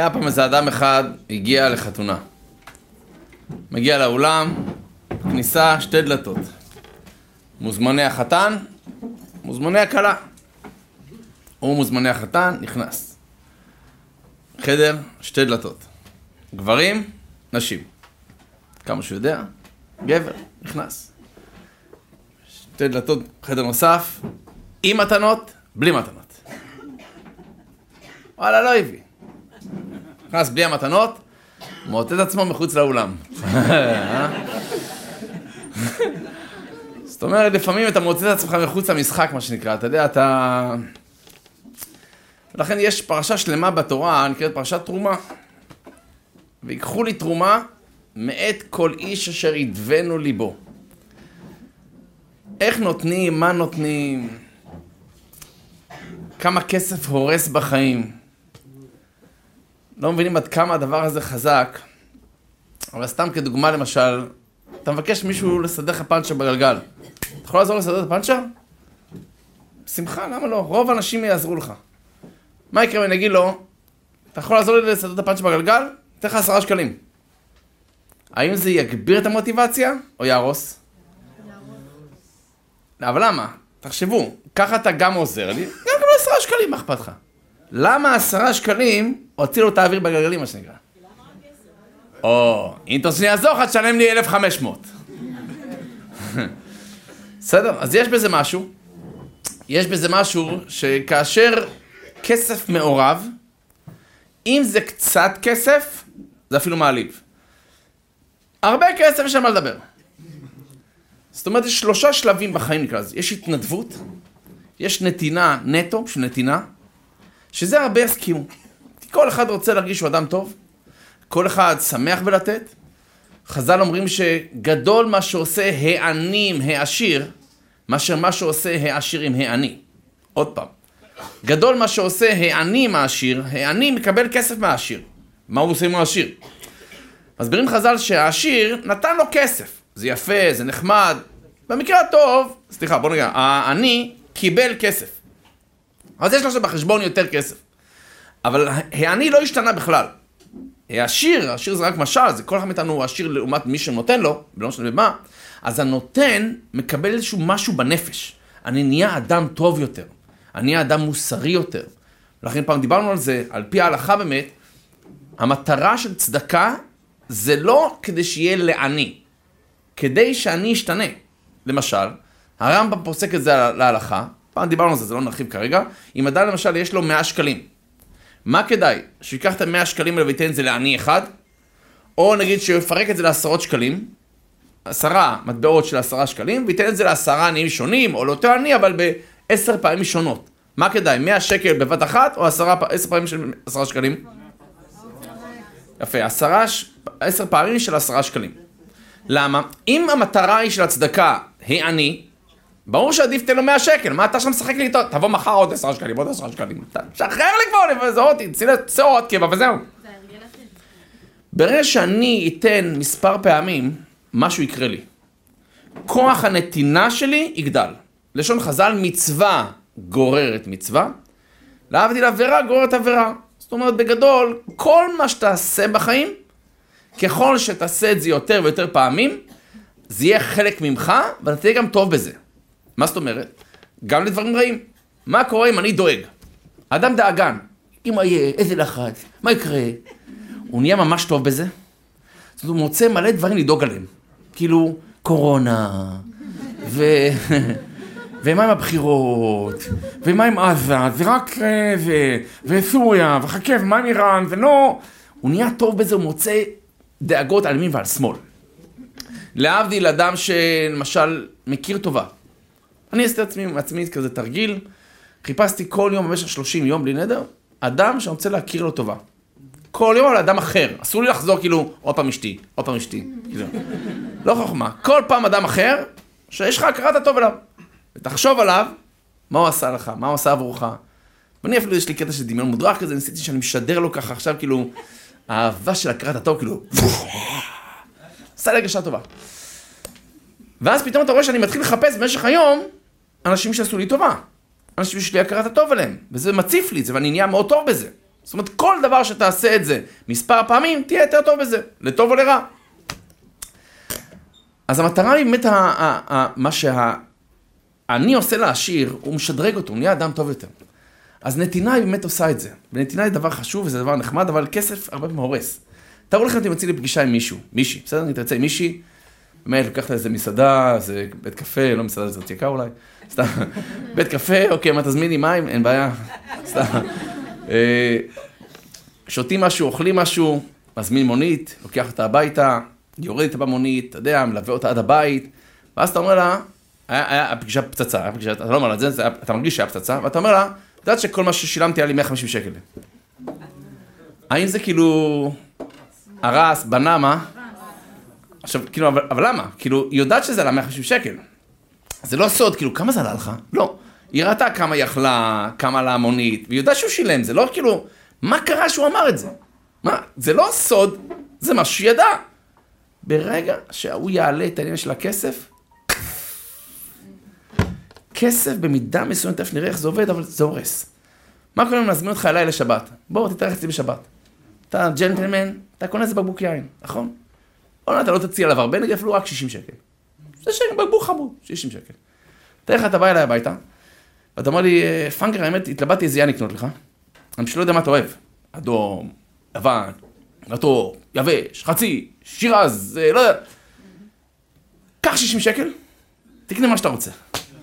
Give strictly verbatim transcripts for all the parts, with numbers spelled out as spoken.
היה פעם איזה אדם אחד, הגיע לחתונה. מגיע לאולם, כניסה שתי דלתות. מוזמני החתן, מוזמני הכלה. הוא מוזמני החתן, נכנס. חדר, שתי דלתות. גברים, נשים. כמה שהוא יודע, גבר, נכנס. שתי דלתות, חדר נוסף, עם מתנות, בלי מתנות. וואלה, לא הביא. נכנס בלי המתנות, מוטט עצמו מחוץ לאולם. זאת אומרת, לפעמים אתה מוצא את עצמך מחוץ למשחק, מה שנקרא. אתה יודע, אתה... לכן יש פרשה שלמה בתורה, נקראת פרשת תרומה. ויקחו לי תרומה מאת כל איש אשר ידבנו ליבו. איך נותנים, מה נותנים, כמה כסף הורס בחיים. לא מבינים עד כמה הדבר הזה חזק, אבל סתם כדוגמה למשל, אתה מבקש מישהו לסדר לך פנצ'ר בגלגל. אתה יכול לעזור לסדר את הפנצ'ר? שמחה, למה לא? רוב האנשים יעזרו לך. מה יקרה אם נגיד לו, אתה יכול לעזור לי לסדר את הפנצ'ר בגלגל? תן לך עשרה שקלים. האם זה יגביר את המוטיבציה או יהרוס? אבל למה? תחשבו, ככה אתה גם עוזר לי, גם גם עשרה שקלים, מה אכפת לך? למה עשרה שקלים הוציא לו את האוויר בגלגלים, מה שנקרא? או, אם תוציא יעזור לך, תשלם לי אלף וחמש מאות. בסדר? אז יש בזה משהו, יש בזה משהו שכאשר כסף מעורב, אם זה קצת כסף, זה אפילו מעליב. הרבה כסף יש על מה לדבר. זאת אומרת, יש שלושה שלבים בחיים נקרא לזה. יש התנדבות, יש נתינה נטו, של נתינה, שזה הרבה יסכימו. כל אחד רוצה להרגיש שהוא אדם טוב, כל אחד שמח בלתת. חז"ל אומרים שגדול מה שעושה הענים העשיר, מאשר מה שעושה העשירים העני. עוד פעם. גדול מה שעושה העני מהעשיר, העני מקבל כסף מהעשיר. מה הוא עושה עם העשיר? מסבירים חז"ל שהעשיר נתן לו כסף. זה יפה, זה נחמד. במקרה הטוב, סליחה, בוא נגיד, העני קיבל כסף. אז יש לו בחשבון יותר כסף. אבל העני לא השתנה בכלל. העשיר, העשיר זה רק משל, זה כל אחד מאיתנו הוא עשיר לעומת מי שנותן לו, ולא משנה במה, אז הנותן מקבל איזשהו משהו בנפש. אני נהיה אדם טוב יותר. אני נהיה אדם מוסרי יותר. לכן פעם דיברנו על זה, על פי ההלכה באמת, המטרה של צדקה זה לא כדי שיהיה לעני, כדי שאני אשתנה. למשל, הרמב"ם פוסק את זה להלכה, פעם דיברנו על זה, זה לא נרחיב כרגע, אם אדם למשל יש לו מאה שקלים, מה כדאי? שהוא ייקח את המאה שקלים האלה וייתן את זה לעני אחד, או נגיד שהוא יפרק את זה לעשרות שקלים, עשרה מטבעות של עשרה שקלים, וייתן את זה לעשרה עניים שונים, או לאותו עני, אבל בעשר פעמים שונות. מה כדאי? מאה שקל בבת אחת, או עשרה, עשר פעמים של עשרה שקלים? יפה, עשרה, עשר פעמים של עשרה שקלים. למה? אם המטרה היא של הצדקה, היא עני, ברור שעדיף תן לו מאה שקל, מה אתה שם משחק לי איתו? תבוא מחר עוד עשרה שקלים, עוד עשרה שקלים. שחרר לי כבר, לבזור אותי, תצא עוד קבע וזהו. ברגע שאני אתן מספר פעמים, משהו יקרה לי. כוח הנתינה שלי יגדל. לשון חז"ל, מצווה גוררת מצווה, להבדיל עבירה גוררת עבירה. זאת אומרת, בגדול, כל מה שתעשה בחיים, ככל שתעשה את זה יותר ויותר פעמים, זה יהיה חלק ממך, ואתה תהיה גם טוב בזה. מה זאת אומרת? גם לדברים רעים. מה קורה אם אני דואג? האדם דאגן. אמא יהיה, איזה לחץ, מה יקרה? הוא נהיה ממש טוב בזה. זאת אומרת, הוא מוצא מלא דברים לדאוג עליהם. כאילו, קורונה, ו... ומה עם הבחירות, ומה עם עזה, זה רק... ו... וסוריה, וחכה, ומה עם איראן, ולא... הוא נהיה טוב בזה, הוא מוצא דאגות על ימין ועל שמאל. להבדיל אדם שלמשל מכיר טובה. אני עשיתי עצמי, עצמי כזה תרגיל, חיפשתי כל יום במשך שלושים יום בלי נדר, אדם שאני רוצה להכיר לו טובה. כל יום על אדם אחר, אסור לי לחזור כאילו, עוד פעם אשתי, עוד פעם אשתי. כאילו. לא חוכמה, כל פעם אדם אחר, שיש לך הכרת הטוב אליו. ותחשוב עליו, מה הוא עשה לך, מה הוא עשה עבורך. ואני אפילו יש לי קטע של דמיון מודרך כזה, ניסיתי שאני משדר לו ככה עכשיו, כאילו, האהבה של הכרת הטוב, כאילו, עשה לי הגשה טובה. ואז פתאום אתה רואה שאני מתחיל לחפש במשך היום, אנשים שעשו לי טובה. אנשים שיש לי הכרת הטוב עליהם. וזה מציף לי את זה, ואני נהיה מאוד טוב בזה. זאת אומרת, כל דבר שתעשה את זה מספר פעמים, תהיה יותר טוב בזה, לטוב או לרע. אז המטרה היא באמת, ה- ה- ה- מה שאני עושה לעשיר, הוא משדרג אותו, הוא נהיה אדם טוב יותר. אז נתינה היא באמת עושה את זה. ונתינה היא דבר חשוב וזה דבר נחמד, אבל כסף הרבה פעמים הורס. תראו לכם, אתם יוצאים לפגישה עם מישהו, מישהי, בסדר? אני תרצה עם מישהי, באמת, לוקחת איזה מסעדה, זה בית קפה, לא מסעדה, זה יקר אולי, סתם, בית קפה, אוקיי, מה תזמיני מים? אין בעיה, סתם. שותים משהו, אוכלים משהו, מזמין מונית, לוקח אותה הביתה, יורד איתה במונית, אתה יודע, מלווה אותה עד הבית, ואז אתה אומר לה, היה, היה פגישה פצצה, היה פגישה, אתה לא אומר לה את זה, אתה מרגיש שהיה פצצה, ואתה אומר לה, אתה יודעת שכל מה ששילמתי היה לי מאה וחמישים שקל. האם זה כאילו הרס, בנה, מה? עכשיו, כאילו, אבל, אבל למה? כאילו, היא יודעת שזה עלה מאה וחמישים שקל. זה לא סוד, כאילו, כמה זה עלה לך? לא. היא ראתה כמה היא אכלה, כמה עלה המונית, והיא יודעת שהוא שילם, זה לא כאילו, מה קרה שהוא אמר את זה? מה? זה לא סוד, זה מה שהיא ידעה. ברגע שהוא יעלה את העניין של הכסף, כסף במידה מסוימת, תכף נראה איך זה עובד, אבל זה הורס. מה קורה אם נזמין אותך אליי לשבת? בואו, תתארח אצלי בשבת. אתה ג'נטלמן, אתה קונה איזה בקבוק יין, נכון? או אתה לא תציע עליו הרבה, נגיד אפילו רק שישים שקל. זה שקל, בקבוק חמוד, שישים שקל. תארך אתה בא אליי הביתה, ואתה אומר לי, פנגר, האמת, התלבטתי איזה יין לקנות לך. אני פשוט לא יודע מה אתה אוהב. אדום, לבן, רטוב, יבש, חצי, שירז, לא יודע. קח שישים שקל, תקנה מה שאתה רוצה.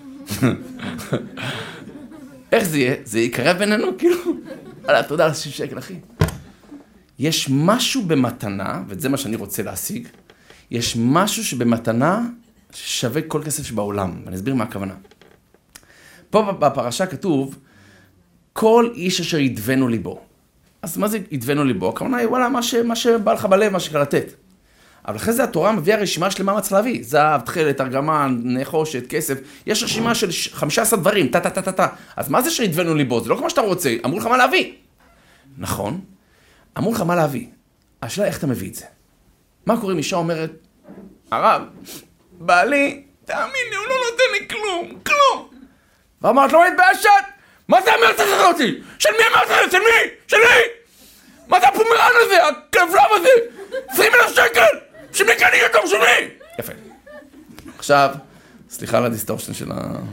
איך זה יהיה? זה יקרב בינינו, כאילו? אללה, תודה על שישים שקל, אחי. יש משהו במתנה, וזה מה שאני רוצה להשיג, יש משהו שבמתנה שווה כל כסף שבעולם, ואני אסביר מה הכוונה. פה בפרשה כתוב, כל איש אשר ידבנו ליבו. אז מה זה ידבנו ליבו? הכוונה היא, וואלה, מה, ש, מה שבא לך בלב, מה שכלל לתת. אבל אחרי זה התורה מביאה רשימה שלמה מה צריך להביא. זהב, תכלת, ארגמן, נחושת, כסף. יש רשימה של חמישה עשר דברים, טה, טה, טה, טה, טה. אז מה זה שידבנו ליבו? זה לא כמו שאתה רוצה, אמרו לך מה להביא. נכון, אמרו לך מה להביא. השאלה איך אתה מביא את זה. מה קורה אם אישה אומרת, הרב, בעלי, תאמין לי, הוא לא נותן לי כלום, כלום. ואמרת, לא מתביישת? מה זה אמרת אותי? של מי אמרת את זה? של מי? של מי? מה זה הפומרן הזה? הכלבלב הזה? עשרים אלף שקל! של מי קניתי אותו? של מי? יפה. עכשיו, סליחה על הדיסטורשן של ה...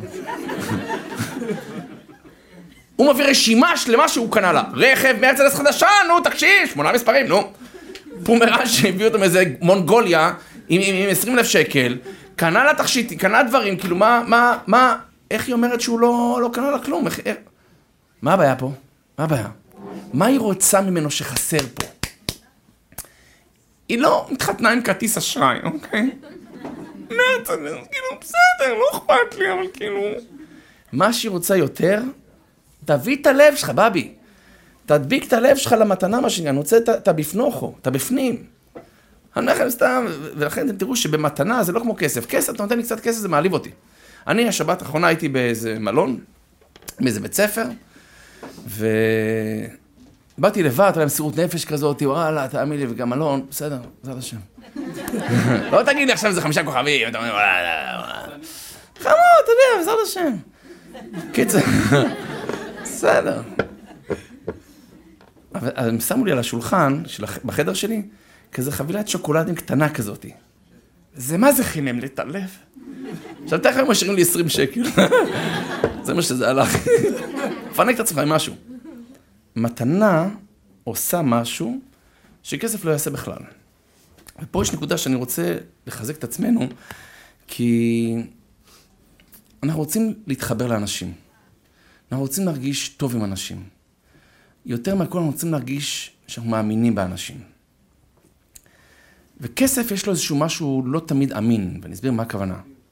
הוא מביא רשימה שלמה שהוא קנה לה. רכב, מרצדס חדשה, נו, תקשיב, שמונה מספרים, נו. פומרן שהביא אותו מאיזה מונגוליה, עם, עם, עם עשרים אלף שקל, קנה לה תכשיט, קנה דברים, כאילו, מה, מה, מה, איך היא אומרת שהוא לא, לא קנה לה כלום? איך, איך... מה הבעיה פה? מה הבעיה? מה היא רוצה ממנו שחסר פה? היא לא מתחתנה עם כרטיס אשראי, אוקיי? מרצדס, כאילו, בסדר, לא אכפת לי, אבל כאילו... מה שהיא רוצה יותר, תביא את הלב שלך, בבי. תדביק את הלב שלך למתנה, מה שאני רוצה את הבפנוכו, את הבפנים. אני אומר לכם סתם, ולכן אתם תראו שבמתנה זה לא כמו כסף. כסף, אתה נותן לי קצת כסף, זה מעליב אותי. אני, השבת האחרונה, הייתי באיזה מלון, באיזה בית ספר, ובאתי לבד, הייתה להם סירות נפש כזאת, וואלה, תאמין לי, וגם מלון, בסדר, בעזרת השם. לא תגיד לי עכשיו זה חמישה כוכבים, אתה אומר, וואלה, וואלה. חמוד, אתה יודע, בעזרת השם. קיצר, בסדר. אבל הם שמו לי על השולחן, בחדר שלי, כזה חבילת שוקולדים קטנה כזאת. זה מה זה חינם לי את הלב? עכשיו תכף הם משאירים לי עשרים שקל. זה מה שזה הלך. פנק את עצמך עם משהו. מתנה עושה משהו שכסף לא יעשה בכלל. ופה יש נקודה שאני רוצה לחזק את עצמנו, כי אנחנו רוצים להתחבר לאנשים. אנחנו רוצים להרגיש טוב עם אנשים. יותר מהכל אנחנו רוצים להרגיש שאנחנו מאמינים באנשים. וכסף יש לו איזשהו משהו לא תמיד אמין, ואני אסביר מה הכוונה.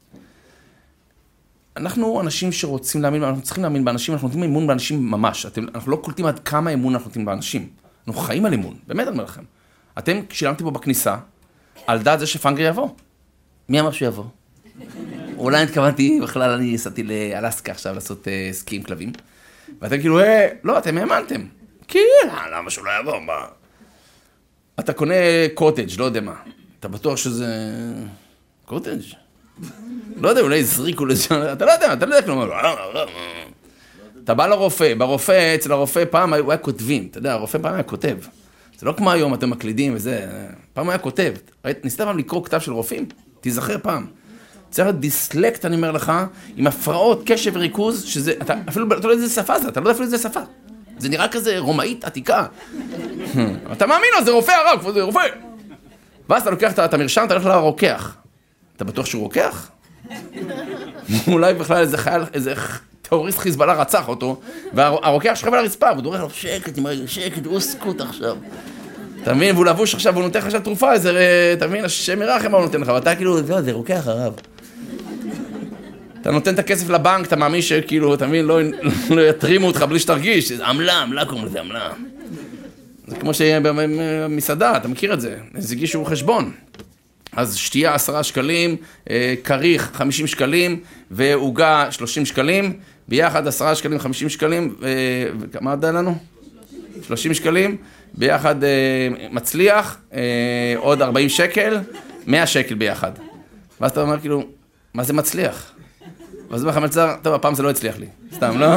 אנחנו אנשים שרוצים להאמין, אנחנו צריכים להאמין באנשים, אנחנו נותנים אמון באנשים ממש. אתם, אנחנו לא קולטים עד כמה אמון אנחנו נותנים באנשים. אנחנו חיים על אמון, באמת אני אומר לכם. אתם שילמתם פה בכניסה, על דעת זה שפנגרי יבוא. מי אמר שהוא יבוא? אולי התכוונתי, בכלל אני נסעתי לאלסקה עכשיו לעשות uh, סקי עם כלבים. ואתם כאילו, אה, לא, אתם האמנתם. כן, למה שהוא לא יבוא? מה? אתה קונה קוטג', לא יודע מה. אתה בטוח שזה... קוטג'? לא יודע, אולי זריקו לזה, אתה לא יודע, אתה לא יודע כלום. אתה בא לרופא, ברופא, אצל הרופא פעם הוא היה כותבים, אתה יודע, הרופא פעם היה כותב. זה לא כמו היום, אתם מקלידים וזה, פעם היה כותב. ניסית פעם לקרוא כתב של רופאים? תיזכר פעם. צריך להיות דיסלקט, אני אומר לך, עם הפרעות, קשב וריכוז, שזה, אתה אפילו, אתה לא יודע איזה שפה זה, אתה לא יודע אפילו איזה שפה. זה נראה כזה רומאית עתיקה. אתה מאמין לו, זה רופא הרב, זה רופא. ואז אתה לוקח את המרשם, אתה הולך לרוקח. אתה בטוח שהוא רוקח? אולי בכלל איזה חייל, איזה טרוריסט חיזבאללה רצח אותו, והרוקח שכב על הרצפה, והוא דורך לו, שקט, שקט, הוא סקוט עכשיו. אתה מבין, והוא לבוש עכשיו, והוא נותן לך עכשיו תרופה, איזה, אתה מבין, השם ירחם מה הוא נותן לך, ואתה כאילו, זה רוקח הרב. אתה נותן את הכסף לבנק, אתה מאמין שכאילו, אתה מבין, לא יתרימו אותך בלי שתרגיש, זה עמלה, עמלה קוראים לזה, עמלה. זה כמו שיהיה במסעדה, אתה מכיר את זה, זה הגישו חשבון. אז שתייה עשרה שקלים, כריך חמישים שקלים, ועוגה שלושים שקלים, ביחד עשרה שקלים, חמישים שקלים, ומה עדה לנו? שלושים שקלים, ביחד מצליח, עוד ארבעים שקל, מאה שקל ביחד. ואז אתה אומר כאילו, מה זה מצליח? ואז אומר לך מלצר, טוב, הפעם זה לא הצליח לי, סתם, לא?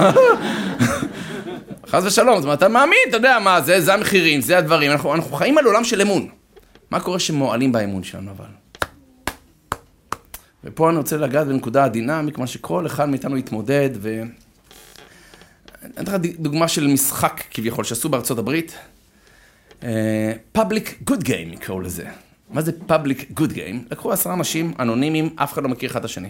חס ושלום, זאת אומרת, אתה מאמין, אתה יודע מה, זה, זה המחירים, זה הדברים, אנחנו, אנחנו חיים על עולם של אמון. מה קורה שמועלים באמון שלנו, אבל? ופה אני רוצה לגעת בנקודה עדינה, מכיוון שכל אחד מאיתנו יתמודד, ו... אני אתן לך דוגמה של משחק כביכול, שעשו בארצות הברית. Public Good Game, יקראו לזה. מה זה Public Good Game? לקחו עשרה אנשים אנונימיים, אף אחד לא מכיר אחד את השני.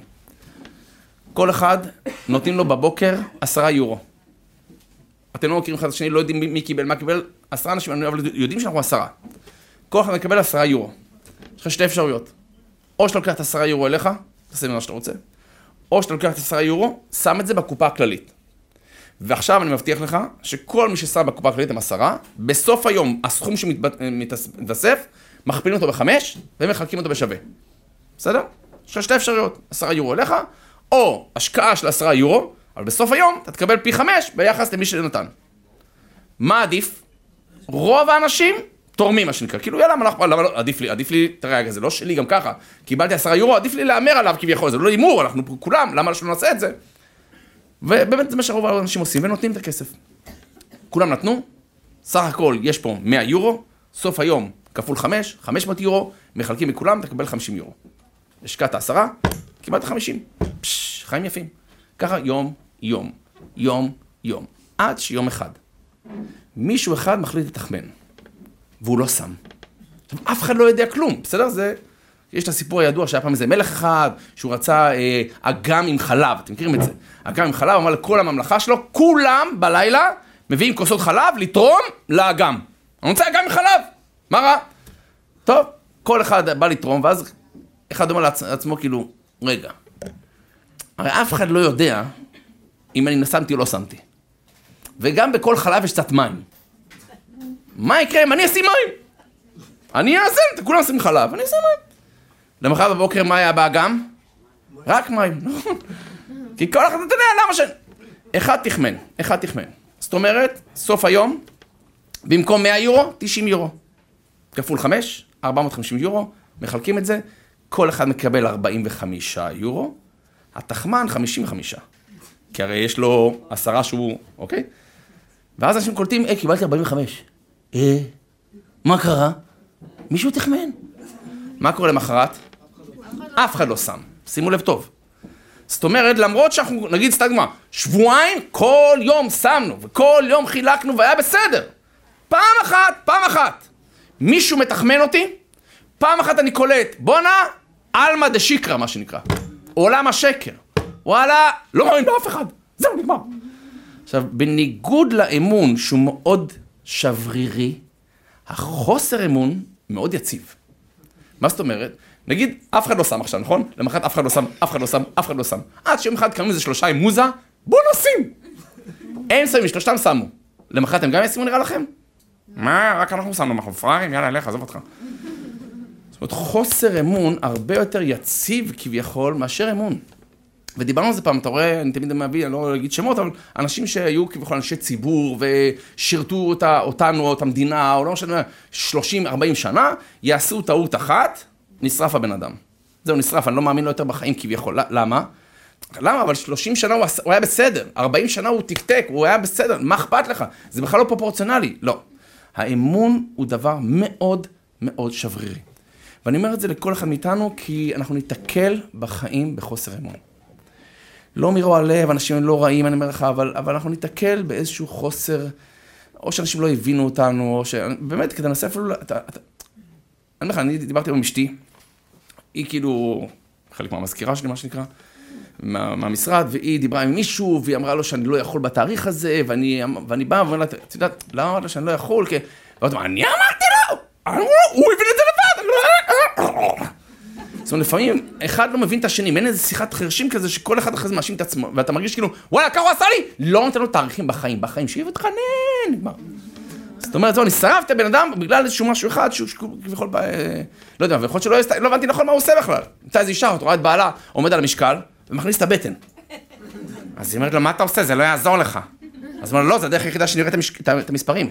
כל אחד נותנים לו בבוקר עשרה יורו. אתם לא מכירים אחד את השני, לא יודעים מי קיבל, מה קיבל. עשרה אנשים, אבל יודעים שאנחנו עשרה. כל אחד מקבל עשרה יורו. יש לך שתי אפשרויות. או שאתה לוקח את עשרה יורו אליך, תעשה מה שאתה רוצה, או שאתה לוקח את עשרה יורו, שם את זה בקופה הכללית. ועכשיו אני מבטיח לך שכל מי ששם בקופה הכללית הם עשרה, בסוף היום הסכום שמתווסף, מכפילים אותו בחמש, ומחלקים אותו בשווה. בסדר? יש לך שתי אפשרויות. עשרה יורו אליך, או השקעה של עשרה יורו, אבל בסוף היום אתה תקבל פי חמש ביחס למי שנתן. מה עדיף? רוב האנשים תורמים, מה שנקרא. כאילו, יאללה, למה, למה לא, עדיף לי, עדיף לי, תראה, רגע, זה לא שלי גם ככה. קיבלתי עשרה יורו, עדיף לי לאמר עליו כביכול, זה לא אימור, אנחנו כולם, למה שלא נעשה את זה? ובאמת זה מה שרוב האנשים עושים, ונותנים את הכסף. כולם נתנו, סך הכל יש פה מאה יורו, סוף היום כפול חמש, חמש מאות יורו, מחלקים מכולם, תקבל חמישים יורו. השקעת עשרה, קיבלת חמישים. פש, חיים יפים. ככה יום, יום, יום, יום. עד שיום אחד. מישהו אחד מחליט לתחמן. והוא לא שם. אף אחד לא יודע כלום, בסדר? זה... יש את הסיפור הידוע שהיה פעם איזה מלך אחד, שהוא רצה אה, אגם עם חלב, אתם מכירים את זה? אגם עם חלב, אמר לכל הממלכה שלו, כולם בלילה מביאים כוסות חלב לתרום לאגם. אני רוצה אגם עם חלב, מה רע? טוב, כל אחד בא לתרום, ואז אחד אומר לעצמו כאילו, רגע, הרי אף אחד לא יודע אם אני שמתי או לא שמתי. וגם בכל חלב יש קצת מים. מה יקרה אם אני אשים מים? אני אעשה, כולם עושים חלב, אני אעשה מים. למחר בבוקר מה היה באגם? רק מים, נכון. כי כל אחד, אתה יודע, למה ש... אחד תחמן, אחד תחמן. זאת אומרת, סוף היום, במקום מאה יורו, תשעים יורו. כפול חמש, ארבע מאות וחמישים יורו, מחלקים את זה, כל אחד מקבל ארבעים וחמישה יורו, התחמן חמישים וחמישה. כי הרי יש לו עשרה שהוא, אוקיי? ואז אנשים קולטים, אה, קיבלתי ארבעים וחמש. אה, מה קרה? מישהו תחמן. מה קורה למחרת? אף אחד לא שם. שימו לב טוב. זאת אומרת, למרות שאנחנו, נגיד סתם דוגמה, שבועיים כל יום שמנו, וכל יום חילקנו והיה בסדר. פעם אחת, פעם אחת. מישהו מתחמן אותי, פעם אחת אני קולט, בונה, אלמה דה שיקרה, מה שנקרא. עולם השקר. וואלה, לא מאמין באף אחד. זהו, נגמר. עכשיו, בניגוד לאמון שהוא מאוד שברירי, החוסר אמון מאוד יציב. מה זאת אומרת? נגיד, אף אחד לא שם עכשיו, נכון? למחרת אף אחד לא שם, אף אחד לא שם, אף אחד לא שם. עד שיום אחד קמים איזה שלושה עם מוזה, בואו נשים! הם שמים, שלושתם שמו. למחרת הם גם ישימו נראה לכם? מה? רק אנחנו שמנו, אנחנו פרארים, יאללה, לך, עזוב אותך. זאת אומרת, חוסר אמון הרבה יותר יציב כביכול מאשר אמון. ודיברנו על זה פעם, אתה רואה, אני תמיד מביא, אני לא אגיד שמות, אבל אנשים שהיו כביכול אנשי ציבור ושירתו אותה, אותנו, את המדינה, או לא משנה, שלושים ארבעים שנה, יעשו טעות אחת, נשרף הבן אדם. זהו, נשרף, אני לא מאמין לו יותר בחיים כביכול. למה? למה? אבל שלושים שנה הוא, הוא היה בסדר, ארבעים שנה הוא תקתק, הוא היה בסדר, מה אכפת לך? זה בכלל לא פרופורציונלי. לא. האמון הוא דבר מאוד מאוד שברירי. ואני אומר את זה לכל אחד מאיתנו, כי אנחנו ניתקל בחיים בחוסר אמון. לא מרוע לב, אנשים לא רעים, אני אומר לך, אבל, אבל אנחנו ניתקל באיזשהו חוסר, או שאנשים לא הבינו אותנו, או ש... באמת, כדי לנסה אפילו... אתה, אתה... אני אומר לך, אני דיברתי עם אשתי, היא כאילו, חלק מהמזכירה שלי, מה שנקרא, מה, מהמשרד, והיא דיברה עם מישהו, והיא אמרה לו שאני לא יכול בתאריך הזה, ואני, ואני בא ואומר לה, את יודעת, למה אמרת לו שאני לא יכול? כי... ואתה אומר, אני אמרתי לו! הוא הבין את זה לבד! זאת אומרת, לפעמים, אחד לא מבין את השני, אין איזה שיחת חרשים כזה, שכל אחד אחרי זה מאשים את עצמו, ואתה מרגיש כאילו, וואלה, ככה הוא עשה לי? לא נותן לו תאריכים בחיים, בחיים, שיהיה ותחנן, נגמר. זאת אומרת, זו, אני שרפת בן אדם בגלל איזשהו משהו אחד, שהוא כביכול, לא יודע, ויכול שלא לא הבנתי נכון מה הוא עושה בכלל. נמצא איזו אישה, אתה רואה את בעלה, עומד על המשקל, ומכניס את הבטן. אז היא אומרת לו, מה אתה עושה? זה לא יעזור לך. אז הוא אומר, לא, זה הדרך היחידה שאני אראה את המספרים.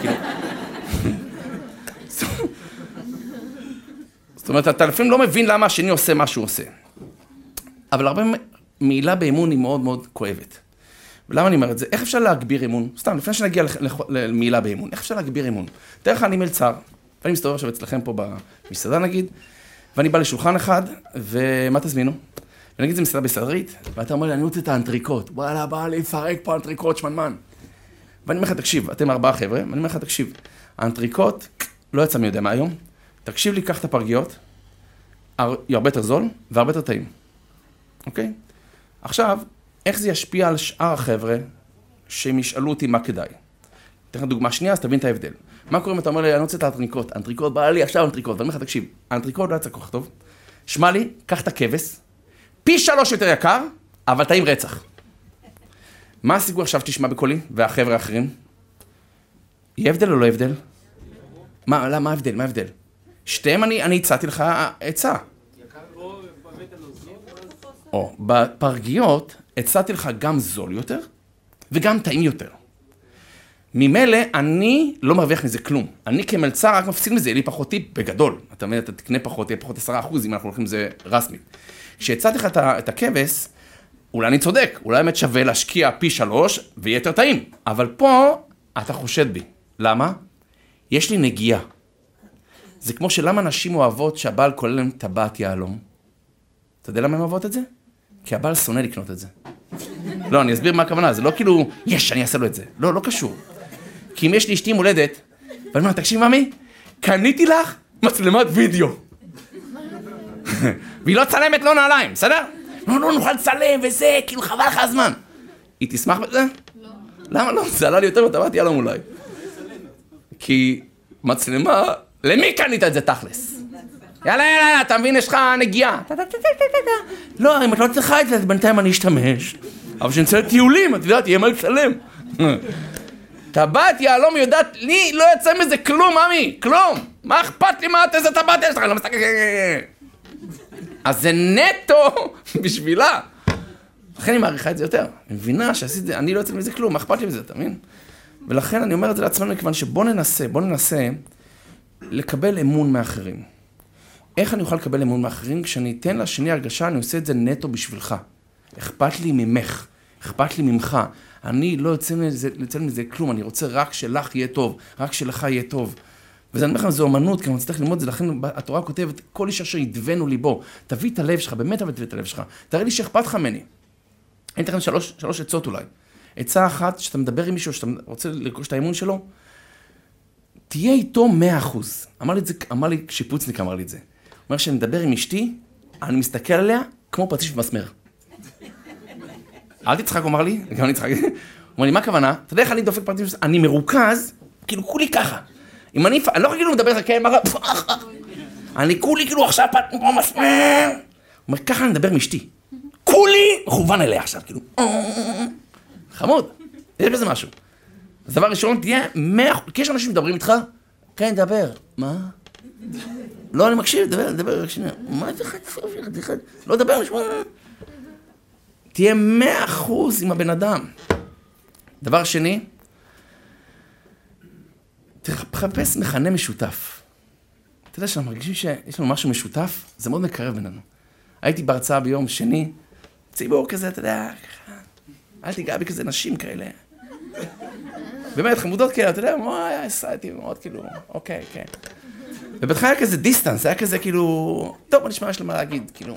זאת אומרת, אתה לפעמים לא מבין למה השני עושה מה שהוא עושה. אבל הרבה מילה באמון היא מאוד מאוד כואבת. ולמה אני אומר את זה? איך אפשר להגביר אמון? סתם, לפני שנגיע למילה באמון, איך אפשר להגביר אמון? תאר לך, אני מלצר, ואני מסתובב עכשיו אצלכם פה במסעדה נגיד, ואני בא לשולחן אחד, ומה תזמינו? ונגיד זה מסעדה בסדרית, ואתה אומר לי, אני רוצה את האנטריקות. וואלה, בא לי לפרק פה אנטריקות, שמנמן. ואני אומר לך, תקשיב, אתם ארבעה חבר'ה, ואני אומר לך, תקשיב, האנטריקות לא יצא מי יודע מה היום, תקשיב לי, קח את הפרגיות, היא הרבה יותר זול והרבה יותר טעים. אוקיי? עכשיו, איך זה ישפיע על שאר החבר'ה שהם ישאלו אותי מה כדאי? אתן לך דוגמה שנייה, אז תבין את ההבדל. מה קורה אם אתה אומר לי, אני רוצה את האנטריקות, האנטריקות בא לי עכשיו האנטריקות, ואני אומר לך, תקשיב, האנטריקות לא יצא כל כך טוב, שמע לי, קח את הכבש, פי שלוש יותר יקר, אבל טעים רצח. מה הסיגור עכשיו תשמע בקולי והחבר'ה האחרים? יהיה הבדל או לא הבדל? מה, לא, מה ההבדל? מה ההבדל? שתיהם אני, אני הצעתי לך עצה. או, בפרגיות הצעתי לך גם זול יותר וגם טעים יותר. ממילא אני לא מרוויח מזה כלום. אני כמלצר רק מפסיד מזה, יהיה לי פחות טיפ בגדול. אתה מבין, אתה תקנה פחות, יהיה פחות עשרה אחוז אם אנחנו הולכים לזה רסמית. כשהצעתי לך את הכבש, אולי אני צודק, אולי באמת שווה להשקיע פי שלוש ויהיה יותר טעים. אבל פה אתה חושד בי. למה? יש לי נגיעה. זה כמו שלמה נשים אוהבות שהבעל כולל להם טבעת יהלום. אתה יודע למה הם אוהבות את זה? כי הבעל שונא לקנות את זה. לא, אני אסביר מה הכוונה, זה לא כאילו, יש, אני אעשה לו את זה. לא, לא קשור. כי אם יש לי אשתי מולדת, ואני אומר, תקשיב, ממי, קניתי לך מצלמת וידאו. והיא לא צלמת, לא נעליים, בסדר? לא, לא נוכל לצלם וזה, כאילו חבל לך הזמן. היא תשמח בזה? לא. למה לא? זה עלה לי יותר בטבעת יהלום אולי. כי מצלמה, למי קנית את זה תכלס? יאללה, יאללה, אתה מבין, יש לך נגיעה. לא, אם את לא צריכה את זה, אז בינתיים אני אשתמש. אבל כשנצא לטיולים, את יודעת, יהיה מה לצלם. טבעת יהלום יודעת, לי לא יצא מזה כלום, ממי, כלום. מה אכפת לי מה את איזה טבעת יש לך? לא מסתכל... אז זה נטו בשבילה. לכן היא מעריכה את זה יותר. אני מבינה שעשית זה, אני לא יצא מזה כלום, מה אכפת לי מזה, אתה מבין? ולכן אני אומר את זה לעצמנו, כיוון שבוא ננסה, בוא ננסה לקבל אמון מאחרים. איך אני אוכל לקבל אמון מאחרים? כשאני אתן לשני הרגשה, אני עושה את זה נטו בשבילך. אכפת לי ממך, אכפת לי ממך. אני לא יוצא מזה, יוצא מזה כלום, אני רוצה רק שלך יהיה טוב, רק שלך יהיה טוב. וזה אני אומר לכם, זו אומנות, כי אני צריך ללמוד את זה, לכן התורה כותבת, כל איש אשר ידבנו ליבו, תביא את הלב שלך, באמת תביא את הלב שלך, תראה לי שאכפת לך ממני. אני אתן לכם שלוש, שלוש עצות אולי. עצה אחת, שאתה מדבר עם מישהו, שאתה רוצה לרכוש את האמון שלו, תהיה איתו מאה אחוז. אמר לי את זה, אמר לי, שיפוצניק אמר לי את זה. הוא אומר שאני מדבר עם אשתי, אני מסתכל עליה כמו פטיש במסמר. אל תצחק, הוא אמר לי, גם אני צחק. הוא אומר לי, מה הכוונה? אתה יודע איך אני דופק פטיש במסמר? אני מרוכז, כאילו כולי ככה. אם אני, אני לא יכול כאילו לדבר לך, כן, מה... אני כולי כאילו עכשיו פטיש במסמר. הוא אומר, ככה אני מדבר עם אשתי. כולי מכוון אליה עכשיו, כאילו. חמוד, יש בזה משהו. אז דבר ראשון, תהיה מאה... כי יש אנשים מדברים איתך? כן, דבר. מה? לא, אני מקשיב, דבר, דבר, רק שנייה. מה זה חצוף? לא דבר, נשמע... תהיה מאה אחוז עם הבן אדם. דבר שני, תחפש מכנה משותף. אתה יודע שאנחנו מרגישים שיש לנו משהו משותף? זה מאוד מקרב בינינו. הייתי בהרצאה ביום שני, ציבור כזה, אתה יודע, אל תיגע בי כזה נשים כאלה. באמת, חמודות כאלה, אתה יודע, וואי, הייתי מאוד כאילו, אוקיי, כן. ובתך היה כזה דיסטנס, היה כזה כאילו, טוב, בוא נשמע, יש לי מה להגיד, כאילו.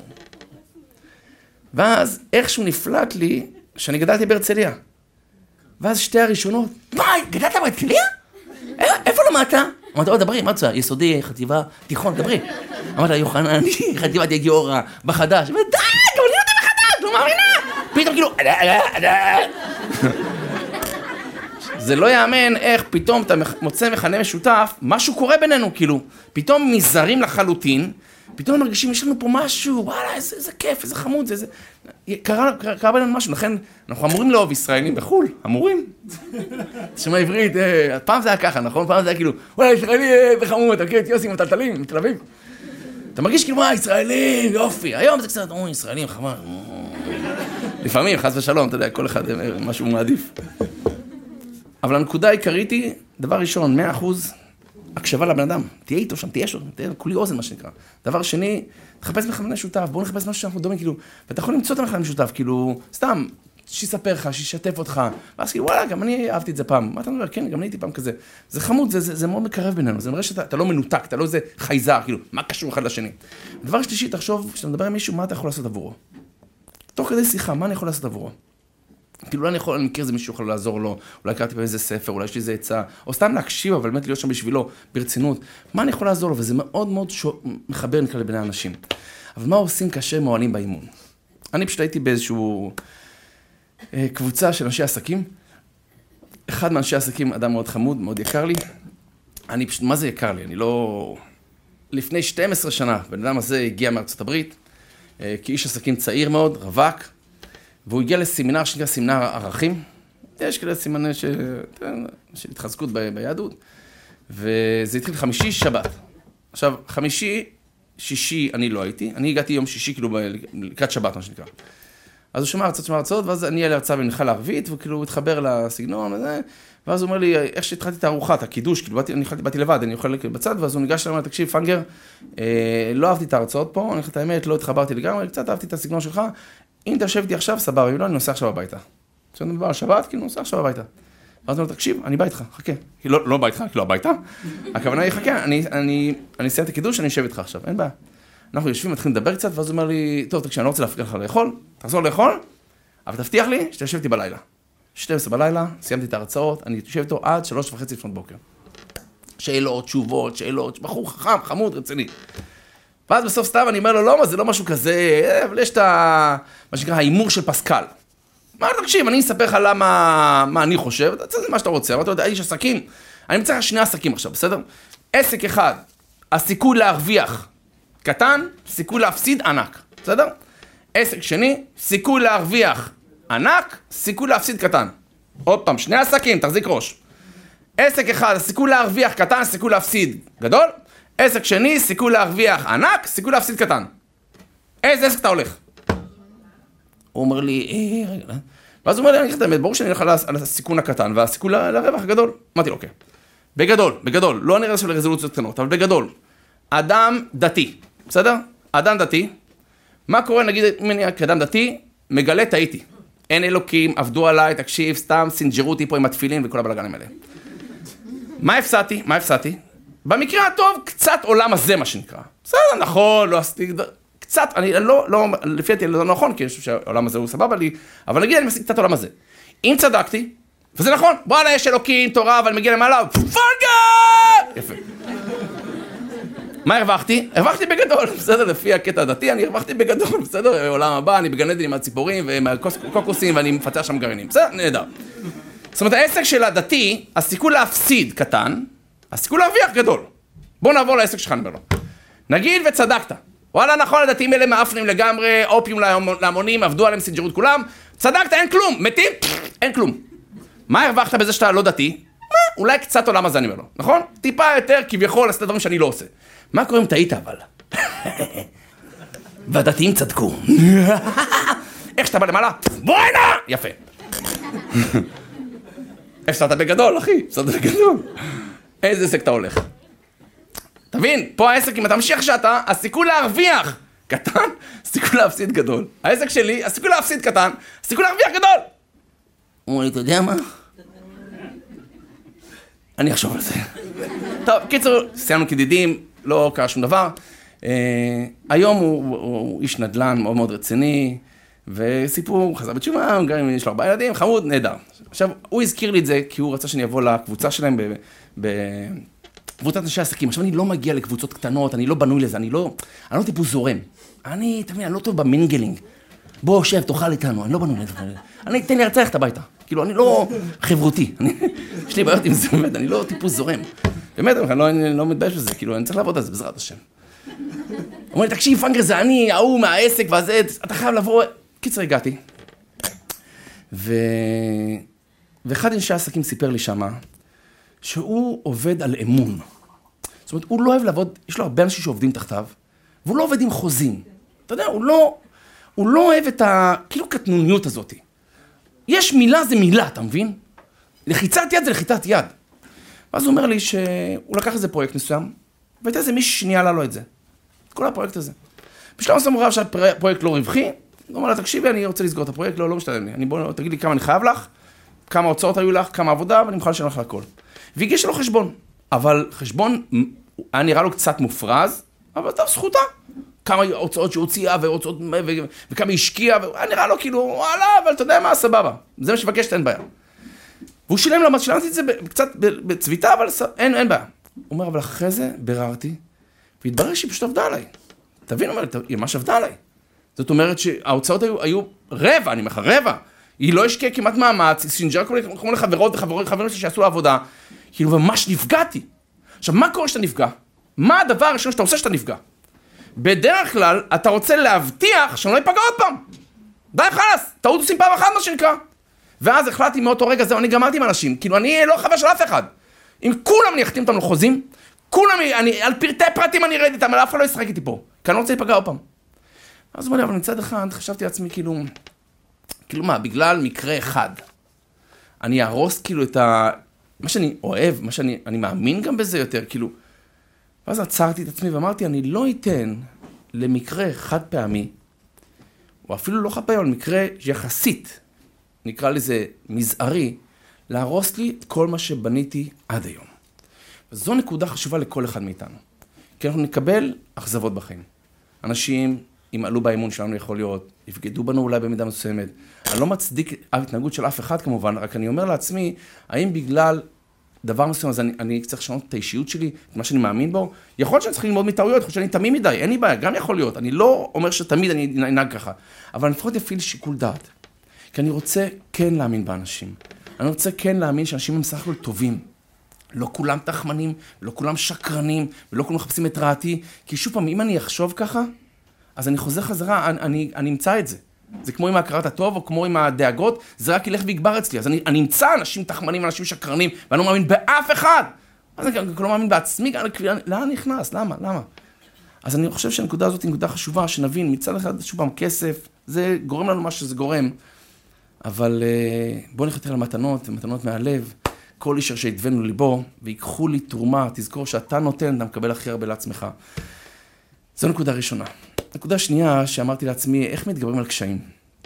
ואז איכשהו נפלט לי שאני גדלתי בהרצליה. ואז שתי הראשונות, וואי, גדלת בהרצליה? איפה למדת? אמרת, או, דברי, מה זה? יסודי, חטיבה, תיכון, דברי. אמרת, יוחנני, חטיבת יגיורה, בחדש. די, גם אני נותן בחדש, לא מאמינה. פתאום כאילו, זה לא יאמן איך פתאום אתה מוצא מכנה משותף, משהו קורה בינינו, כאילו. פתאום מזרים לחלוטין, פתאום מרגישים, יש לנו פה משהו, וואלה, איזה, איזה כיף, איזה חמוד, איזה... קרה, קרה, קרה בינינו משהו, לכן אנחנו אמורים לאהוב ישראלים בחול, אמורים. תשמע עברית, אה, פעם זה היה ככה, נכון? פעם זה היה כאילו, וואלה, ישראלי, איזה חמוד, אתה מכיר את יוסי עם הטלטלים, מתל אביב. אתה מרגיש כאילו, וואי, ישראלים, יופי. היום זה קצת, אוי, ישראלים, חבל. לפעמים, חס ושלום, אתה יודע, כל אחד משהו מעדיף. אבל הנקודה העיקרית היא, דבר ראשון, מאה אחוז הקשבה לבן אדם. תהיה איתו שם, תהיה שם, תהיה כולי אוזן, מה שנקרא. דבר שני, תחפש מכנה משותף, בואו נחפש משהו שאנחנו דומים, כאילו, ואתה יכול למצוא את המכנה משותף, כאילו, סתם, שיספר לך, שישתף אותך, ואז כאילו, וואלה, גם אני אהבתי את זה פעם. מה אתה אומר? כן, גם אני הייתי פעם כזה. זה חמוד, זה, זה, זה מאוד מקרב בינינו, זה מראה שאתה אתה לא מנותק, אתה לא איזה חייזר, כאילו, מה קשור אחד לשני. דבר שלישי, תחשוב, כשאתה מדבר עם מישהו, מה אתה יכול לעשות עבורו? תוך כדי שיחה, מה אני יכול לעשות עבורו? כאילו, אני יכול, אני מכיר איזה מישהו יכול לעזור לו, אולי קראתי באיזה ספר, אולי יש לי איזה עצה, או סתם להקשיב, אבל באמת להיות שם בשבילו, ברצינות. מה אני יכול לעזור לו? וזה מאוד מאוד שו... מחבר נקרא לבני האנשים. אבל מה עושים כאשר מועלים באימון? אני פשוט הייתי באיזשהו אה, קבוצה של אנשי עסקים. אחד מאנשי עסקים, אדם מאוד חמוד, מאוד יקר לי. אני פשוט, מה זה יקר לי? אני לא... לפני שתים עשרה שנה, בן אדם הזה הגיע מארצות הברית, אה, כאיש עסקים צעיר מאוד, רווק, והוא הגיע לסמינר שנקרא סמינר ערכים. יש כאלה סימני ש... של התחזקות ב... ביהדות. וזה התחיל חמישי, שבת. עכשיו, חמישי, שישי אני לא הייתי. אני הגעתי יום שישי, כאילו, ב... לקראת שבת, מה שנקרא. אז הוא שמע הרצאות, שמע הרצאות, ואז אני אעלה הרצאה במנחה לערבית, וכאילו הוא התחבר לסגנון הזה, ואז הוא אומר לי, איך שהתחלתי את הארוחה, את הקידוש, כאילו באתי, אני באתי לבד, אני אוכל בצד, ואז הוא ניגש אליי, תקשיב, פנגר, אה, לא אהבתי את ההרצאות פה, אני חושבת, האמת, לא התחברתי לגמרי, קצת אהבתי את הסגנון שלך, אם אתה יושב איתי עכשיו, סבבה, אם לא, אני נוסע עכשיו הביתה. כשאני מדבר על שבת, כאילו, נוסע עכשיו הביתה. ואז הוא אומר, תקשיב, אני בא איתך, חכה. לא, לא בא איתך, לא הביתה. הכוונה היא, חכה, אני, אני, אני אסיים את הקידוש, אני אשב איתך עכשיו, אין בעיה. אנחנו יושבים, מתחילים לדבר קצת, ואז הוא אומר לי, טוב, תקשיב, אני לא רוצה להפריע לך לאכול, תחזור לאכול, אבל תבטיח לי שאתה יושב איתי בלילה. שתים עשרה בלילה, סיימתי את ההרצאות, אני יושב איתו עד שלוש וחצי לפנות בוקר. שאלות, תשובות, שאלות, בחור חכם, חמוד, רציני. ואז בסוף סתם אני אומר לו, לא, מה, זה לא משהו כזה, אבל יש את ה... מה שנקרא, האימור של פסקל. מה, תקשיב, אני אספר לך למה, מה אני חושב, אתה צריך מה שאתה רוצה, אבל אתה יודע, איש עסקים, אני מצטרך שני עסקים עכשיו, בסדר? עסק אחד, הסיכוי להרוויח קטן, סיכוי להפסיד ענק, בסדר? עסק שני, סיכוי להרוויח ענק, סיכוי להפסיד קטן. עוד פעם, שני עסקים, תחזיק ראש. עסק אחד, הסיכוי להרוויח קטן, סיכוי להפסיד גדול. עסק שני, סיכוי להרוויח ענק, סיכוי להפסיד קטן. איזה עסק אתה הולך? הוא אומר לי, אה, רגע, ואז הוא אומר לי, אני אגיד את האמת, ברור שאני הולך על הסיכון הקטן, והסיכוי לרווח הגדול. אמרתי לו, אוקיי. בגדול, בגדול, לא נראה של רזולוציות קטנות, אבל בגדול, אדם דתי, בסדר? אדם דתי, מה קורה, נגיד, אם אני כאדם דתי, מגלה, טעיתי. אין אלוקים, עבדו עליי, תקשיב, סתם, סינג'רו אותי פה עם התפילין וכל הבלגנים האלה. מה הפסעתי? מה הפסעתי? במקרה הטוב, קצת עולם הזה, מה שנקרא. בסדר, נכון, לא עשיתי... קצת, אני לא, לא, לפי דעתי, לא נכון, כי אני חושב שהעולם הזה הוא סבבה לי, אבל נגיד, אני משיג קצת עולם הזה. אם צדקתי, וזה נכון, בואלה, יש אלוקים, תורה, אבל מגיע למעלה, פונגה! יפה. מה הרווחתי? הרווחתי בגדול, בסדר, לפי הקטע הדתי, אני הרווחתי בגדול, בסדר, עולם הבא, אני בגן עדן עם הציפורים ומהקוקוסים, ואני מפתח שם גרעינים, בסדר, נהדר. זאת אומרת, העסק של הדתי, הסיכוי להפסיד קטן, הסיכוי להרוויח גדול. בוא נעבור לעסק שלך, נאמר לו. נגיד וצדקת. וואלה, נכון, הדתיים האלה מאפנים לגמרי, אופיום להמונים, עבדו עליהם סינג'רות כולם. צדקת, אין כלום, מתים, אין כלום. מה הרווחת בזה שאתה לא דתי? אולי קצת עולם הזה, אני אומר לו, נכון? טיפה יותר, כביכול, עשת דברים שאני לא עושה. מה קורה אם טעית, אבל? והדתיים צדקו. איך שאתה בא למעלה? בוא הנה! יפה. הפסדת בגדול, אחי, הפסדת בגדול. איזה עסק אתה הולך? תבין, פה העסק, אם אתה ממשיך שאתה, הסיכוי להרוויח קטן, סיכוי להפסיד גדול. העסק שלי, הסיכוי להפסיד קטן, הסיכוי להרוויח גדול. הוא אומר לי, אתה יודע מה? אני אחשוב על זה. טוב, קיצור, סיימנו כדידים, לא קרה שום דבר. היום הוא איש נדל"ן מאוד מאוד רציני, וסיפור, הוא חזר בתשובה, גם אם יש לו ארבעה ילדים, חמוד, נהדר. עכשיו, הוא הזכיר לי את זה, כי הוא רצה שאני אבוא לקבוצה שלהם בקבוצת אנשי עסקים. עכשיו, אני לא מגיע לקבוצות קטנות, אני לא בנוי לזה, אני לא, אני לא טיפוס זורם. אני, תמיד, אני לא טוב במינגלינג. בוא, שב, תאכל איתנו, אני לא בנוי לזה. אני, תן לי לרצח את הביתה. כאילו, אני לא חברותי. יש לי בעיות עם זה, באמת, אני לא טיפוס זורם. באמת, אני לא מתבייש בזה, כאילו, אני צריך לעבוד על זה, בעזרת השם. הוא אומר לי, תקשיב, פנגר, זה אני, ההוא מהעסק והזה, אתה חייב לבוא... קיצר, הגעתי. ו... ואחד אנשי העסקים סיפר לי שמה, שהוא עובד על אמון. זאת אומרת, הוא לא אוהב לעבוד, יש לו הרבה אנשים שעובדים תחתיו, והוא לא עובד עם חוזים. אתה יודע, הוא לא, הוא לא אוהב את ה... כאילו קטנוניות הזאת. יש מילה, זה מילה, אתה מבין? לחיצת יד זה לחיצת יד. ואז הוא אומר לי שהוא לקח איזה פרויקט מסוים, והייתה איזה מישהו שנייה לה לו את זה. את כל הפרויקט הזה. בשלב מסוים הוא רב שהפרויקט לא רווחי, הוא אומר לה, תקשיבי, אני רוצה לסגור את הפרויקט, לא, לא משתלם לי. אני בוא, תגיד לי כמה אני חייב לך, כמה הוצאות היו לך, כמה עבודה, ואני מוכן לשלם לך הכל. והגיש לו חשבון. אבל חשבון היה נראה לו קצת מופרז, אבל טוב, זכותה. כמה הוצאות שהוציאה, והוצאות, ו... וכמה השקיעה, והיה נראה לו כאילו, וואלה, אבל אתה יודע מה, סבבה. זה מה שבקשת, אין בעיה. והוא שילם לו, שילמתי את זה קצת בצביטה, אבל אין, אין בעיה. הוא אומר, אבל אחרי זה ביררתי, והתברר שהיא פשוט עבדה עליי. תבין, אומר, היא ממש עבדה עליי. זאת אומרת שההוצאות היו, היו רבע, אני אומר, רבע. היא לא השקיעה כמעט מאמץ, היא סינג'רה כמו לחברות וחברים שלי שעשו עבודה. כאילו, ממש נפגעתי. עכשיו, מה קורה שאתה נפגע? מה הדבר הראשון שאתה עושה שאתה נפגע? בדרך כלל, אתה רוצה להבטיח שאני לא ייפגע עוד פעם. די חלס, טעות עושים פעם אחת מה שנקרא. ואז החלטתי מאותו רגע, זהו, אני גמרתי עם אנשים. כאילו, אני לא חבר של אף אחד. אם כולם אני אחתים אותם לחוזים, כולם, אני, על פרטי פרטים אני ארד איתם, אבל אף אחד לא ישחק איתי פה. כי אני לא רוצה להיפגע עוד פעם. אז הוא אומר לי, אבל מצד אחד, חשבתי לעצמי, כאילו, כאילו מה, בגלל מקרה אחד, אני ארוס כאילו את ה... מה שאני אוהב, מה שאני אני מאמין גם בזה יותר, כאילו... ואז עצרתי את עצמי ואמרתי, אני לא אתן למקרה חד פעמי, או אפילו לא חד פעמי, אבל מקרה יחסית, נקרא לזה מזערי, להרוס לי את כל מה שבניתי עד היום. וזו נקודה חשובה לכל אחד מאיתנו. כי אנחנו נקבל אכזבות בחיים. אנשים ימעלו באמון שלנו יכול להיות, יפגדו בנו אולי במידה מסוימת. אני לא מצדיק ההתנהגות של אף אחד כמובן, רק אני אומר לעצמי, האם בגלל דבר מסוים, אז אני, אני צריך לשנות את האישיות שלי, את מה שאני מאמין בו? יכול להיות שאני צריך ללמוד מטעויות, יכול להיות שאני תמים מדי, אין לי בעיה, גם יכול להיות. אני לא אומר שתמיד אני אנהג ככה, אבל אני לפחות אפעיל שיקול דעת. כי אני רוצה כן להאמין באנשים. אני רוצה כן להאמין שאנשים הם סך הכל טובים. לא כולם תחמנים, לא כולם שקרנים, ולא כולם מחפשים את רעתי, כי שוב פעם, אם אני אחשוב ככה, אז אני חוזר חזרה, אני, אני, אני אמצא את זה. זה כמו עם ההכרת הטוב, או כמו עם הדאגות, זה רק ילך ויגבר אצלי. אז אני, אני אמצא אנשים תחמנים, אנשים שקרנים, ואני לא מאמין באף אחד. אז אני לא מאמין בעצמי, לאן נכנס? למה? למה? אז אני חושב שהנקודה הזאת היא נקודה חשובה, שנבין, מצד אחד, שוב פעם, כסף, זה גורם לנו מה שזה גורם. אבל בואו נחתר על מתנות, מתנות מהלב. כל איש אשר ידבנו ליבו, ויקחו לי תרומה, תזכור שאתה נותן, אתה מקבל הכי הרבה לעצמך. זו נקודה ראשונה. נקודה שנייה, שאמרתי לעצמי, איך מתגברים על קשיים?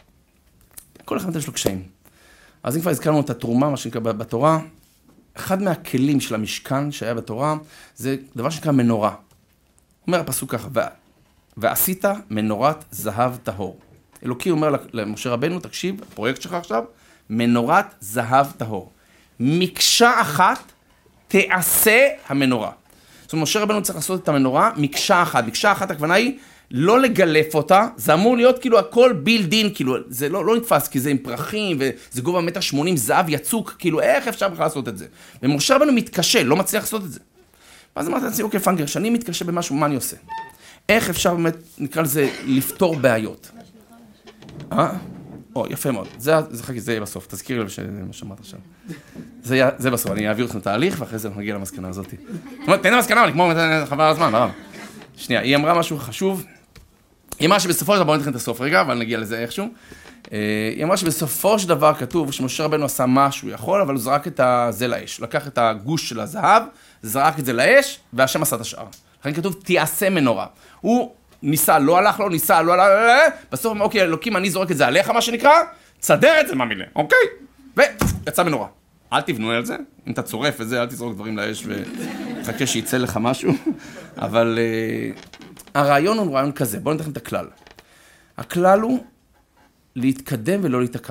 כל אחד יש לו קשיים. אז אם כבר הזכרנו את התרומה, מה שנקרא בתורה, אחד מהכלים של המשכן שהיה בתורה, זה דבר שנקרא מנורה. אומר הפסוק ככה, ועשית מנורת זהב טהור. אלוקי אומר למשה רבנו, תקשיב, הפרויקט שלך עכשיו, מנורת זהב טהור. מקשה אחת תעשה המנורה. זאת אומרת, משה רבנו צריך לעשות את המנורה, מקשה אחת. מקשה אחת, הכוונה היא לא לגלף אותה, זה אמור להיות כאילו הכל בילדין, כאילו זה לא, לא נתפס, כי זה עם פרחים, וזה גובה מטר שמונים, זהב יצוק, כאילו איך אפשר בכלל לעשות את זה? ומשה רבנו מתקשה, לא מצליח לעשות את זה. ואז אמרתי לעצמי, אוקיי, פנגר, שאני מתקשה במשהו, מה אני עושה? איך אפשר באמת, נקרא לזה, לפתור בעיות? אה? או, יפה מאוד. זה, זה חכי, זה יהיה בסוף. תזכירי לי מה שאמרת עכשיו. זה, זה בסוף. אני אעביר אתכם תהליך, ואחרי זה נגיע למסקנה הזאת. תן לי מסקנה, אני כמו חבל על הזמן, ברם. שנייה, היא אמרה משהו חשוב. היא אמרה שבסופו של דבר, בואו נתחיל את הסוף רגע, אבל נגיע לזה איכשהו. היא אמרה שבסופו של דבר כתוב, שמשה רבנו עשה משהו יכול, אבל הוא זרק את זה לאש. לקח את הגוש של הזהב, זרק את זה לאש, והשם עשה את השאר. לכן כתוב, תיעשה מנורה. הוא ניסה, לא הלך לו, ניסה, לא הלך, בסוף, אוקיי, אלוקים, אני זורק את זה עליך, מה שנקרא, תסדר את זה מהמילה, אוקיי? ויצא מנורה. אל תבנו על זה, אם אתה צורף וזה, אל תזרוק דברים לאש וחכה שיצא לך משהו, אבל הרעיון הוא רעיון כזה, בואו נתכם את הכלל. הכלל הוא להתקדם ולא להתקע.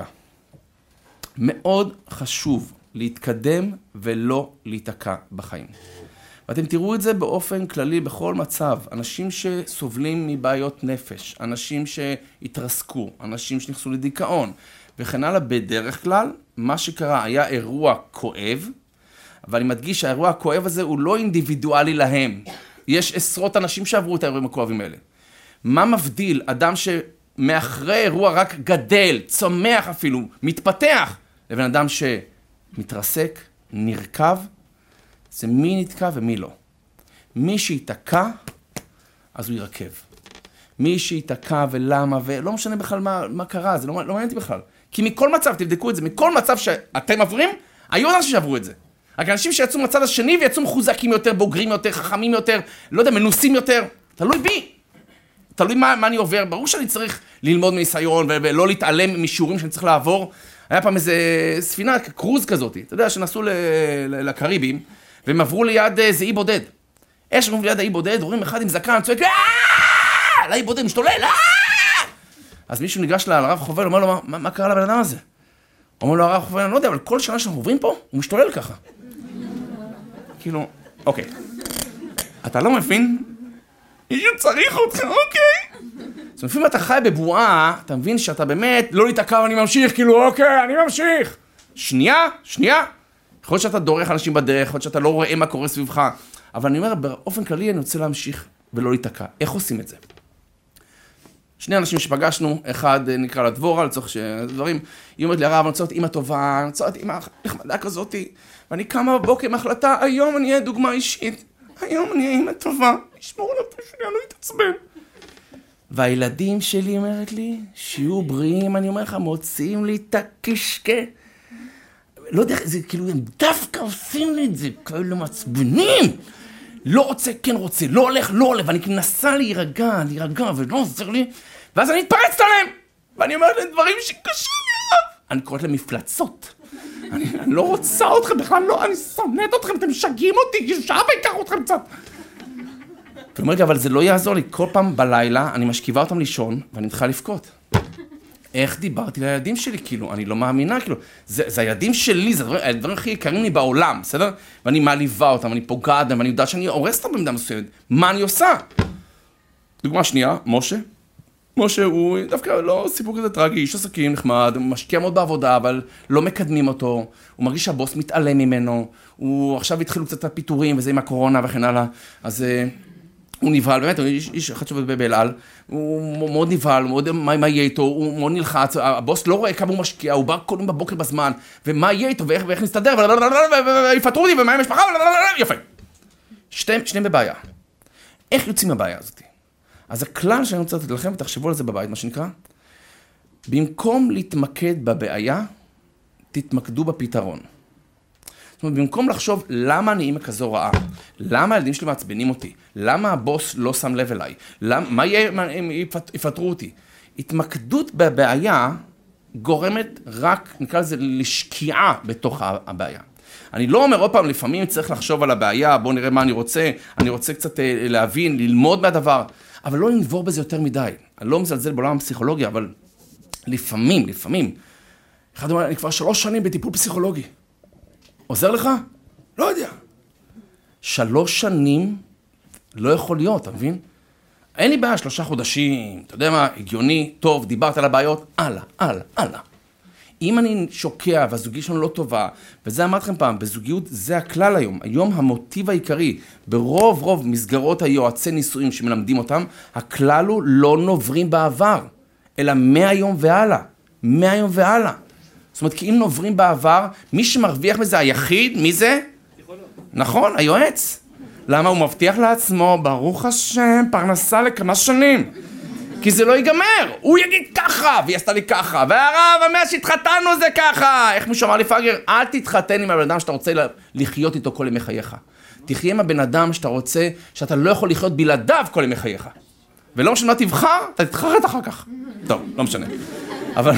מאוד חשוב להתקדם ולא להתקע בחיים. ואתם תראו את זה באופן כללי בכל מצב. אנשים שסובלים מבעיות נפש, אנשים שהתרסקו, אנשים שנכנסו לדיכאון, וכן הלאה, בדרך כלל, מה שקרה היה אירוע כואב, אבל אני מדגיש שהאירוע הכואב הזה הוא לא אינדיבידואלי להם. יש עשרות אנשים שעברו את האירועים הכואבים האלה. מה מבדיל אדם שמאחרי אירוע רק גדל, צומח אפילו, מתפתח, לבין אדם שמתרסק, נרכב, זה מי נתקע ומי לא. מי שיתקע, אז הוא ירכב. מי שיתקע ולמה, ולא משנה בכלל מה, מה קרה, זה לא, לא מעניין אותי בכלל. כי מכל מצב, תבדקו את זה, מכל מצב שאתם עוברים, היו אנשים שעברו את זה. רק אנשים שיצאו מצד השני ויצאו מחוזקים יותר, בוגרים יותר, חכמים יותר, לא יודע, מנוסים יותר. תלוי בי. תלוי מה, מה אני עובר. ברור שאני צריך ללמוד מניסיון ולא להתעלם משיעורים שאני צריך לעבור. היה פעם איזה ספינה, קרוז כזאת, אתה יודע, שנסעו לקריבים, והם עברו ליד איזה אי בודד. איך שהם עברו ליד האי בודד, רואים אחד עם זקן, צועק, אההה! לאי בודד, משתולל, אההה! אז מישהו ניגש לרב חובל, אומר לו, מה, מה קרה לבן אדם הזה? אומר לו, הרב חובל, אני לא יודע, אבל כל שנה שאנחנו עוברים פה, הוא משתולל ככה. כאילו, אוקיי. אתה לא מבין? מישהו צריך אותך, אוקיי. אז לפעמים אתה חי בבועה, אתה מבין שאתה באמת לא להתעכב, אני ממשיך, כאילו, אוקיי, אני ממשיך. שנייה, שנייה. יכול להיות שאתה דורך אנשים בדרך, יכול להיות שאתה לא רואה מה קורה סביבך. אבל אני אומר, באופן כללי אני רוצה להמשיך ולא להתעכב. איך עושים את זה? שני אנשים שפגשנו, אחד נקרא לה דבורה, לצורך שדברים, היא אומרת לי, הרב, אני רוצה להיות אימא טובה, אני רוצה להיות אימא נחמדה כזאת, ואני קמה בבוקר עם החלטה, היום אני אהיה דוגמה אישית, היום אני אהיה אימא טובה, נשמור על הפה שלי, אני לא אתעצבן. והילדים שלי, אומרת לי, שיהיו בריאים, אני אומר לך, מוציאים לי את הקשקה. לא יודע, זה כאילו, הם דווקא עושים לי את זה, כאלה מעצבנים. לא רוצה, כן רוצה, לא הולך, לא הולך, ואני מנסה להירגע, להירגע, ולא עוזר לי, ואז אני אתפרצת עליהם, ואני אומרת להם דברים שקשה לי עליו. אני קוראת להם מפלצות. אני, אני לא רוצה אתכם, בכלל לא, אני שונאת אתכם, אתם משגעים אותי, כי שעה ויקח אתכם קצת. ואומרת לי, אבל זה לא יעזור לי, כל פעם בלילה אני משכיבה אותם לישון, ואני מתחילה לבכות. איך דיברתי לילדים שלי, כאילו, אני לא מאמינה, כאילו, זה, זה הילדים שלי, זה הדברים, הדברים הכי יקרים לי בעולם, בסדר? ואני מעליבה אותם, אני פוגעת בהם, ואני יודעת שאני הורסת אותם במידה מסוימת. מה אני עושה? דוגמה שנייה, משה. משה הוא דווקא לא סיפור כזה טרגי, איש עסקים נחמד, הוא משקיע מאוד בעבודה, אבל לא מקדמים אותו, הוא מרגיש שהבוס מתעלם ממנו, הוא עכשיו התחילו קצת הפיטורים, וזה עם הקורונה וכן הלאה, אז... הוא נבהל, באמת, הוא איש, איש אחד שעובד באל-על, הוא מאוד נבהל, הוא מאוד מה, מה יהיה איתו, הוא מאוד נלחץ, הבוס לא רואה כמה הוא משקיע, הוא בא כל יום בבוקר בזמן, ומה יהיה איתו, ואיך, ואיך נסתדר, ויפטרו אותי, ומה עם המשפחה, יפה. שניהם בבעיה. איך יוצאים מהבעיה הזאת? אז הכלל שאני רוצה לתת לכם, ותחשבו על זה בבית, מה שנקרא, במקום להתמקד בבעיה, תתמקדו בפתרון. זאת אומרת, במקום לחשוב למה אני אימא כזו רעה, למה הילדים שלי מעצבנים אותי, למה הבוס לא שם לב אליי, למה, מה יהיה אם יפטרו אותי? התמקדות בבעיה גורמת רק, נקרא לזה, לשקיעה בתוך הבעיה. אני לא אומר עוד פעם, לפעמים צריך לחשוב על הבעיה, בואו נראה מה אני רוצה, אני רוצה קצת להבין, ללמוד מהדבר, אבל לא לנבור בזה יותר מדי. אני לא מזלזל בעולם הפסיכולוגיה, אבל לפעמים, לפעמים, אחד אומר, אני כבר שלוש שנים בטיפול פסיכולוגי. עוזר לך? לא יודע. שלוש שנים לא יכול להיות, אתה מבין? אין לי בעיה, שלושה חודשים, אתה יודע מה, הגיוני, טוב, דיברת על הבעיות, הלאה, הלאה, הלאה. אם אני שוקע והזוגיות שלנו לא טובה, וזה אמרתי לכם פעם, בזוגיות זה הכלל היום. היום המוטיב העיקרי, ברוב רוב מסגרות היועצי נישואים שמלמדים אותם, הכלל הוא לא נוברים בעבר, אלא מהיום והלאה. מהיום והלאה. זאת אומרת, כי אם נוברים בעבר, מי שמרוויח מזה היחיד, מי זה? נכון, היועץ. למה הוא מבטיח לעצמו, ברוך השם, פרנסה לכמה שנים. כי זה לא ייגמר. הוא יגיד ככה, והיא עשתה לי ככה. והרב אומר שהתחתנו זה ככה. איך מישהו אמר לי, פאגר, אל תתחתן עם הבן אדם שאתה רוצה לחיות איתו כל ימי חייך. תחיה עם הבן אדם שאתה רוצה, שאתה לא יכול לחיות בלעדיו כל ימי חייך. ולא משנה מה תבחר, אתה תתחרט אחר כך. טוב, לא משנה. אבל...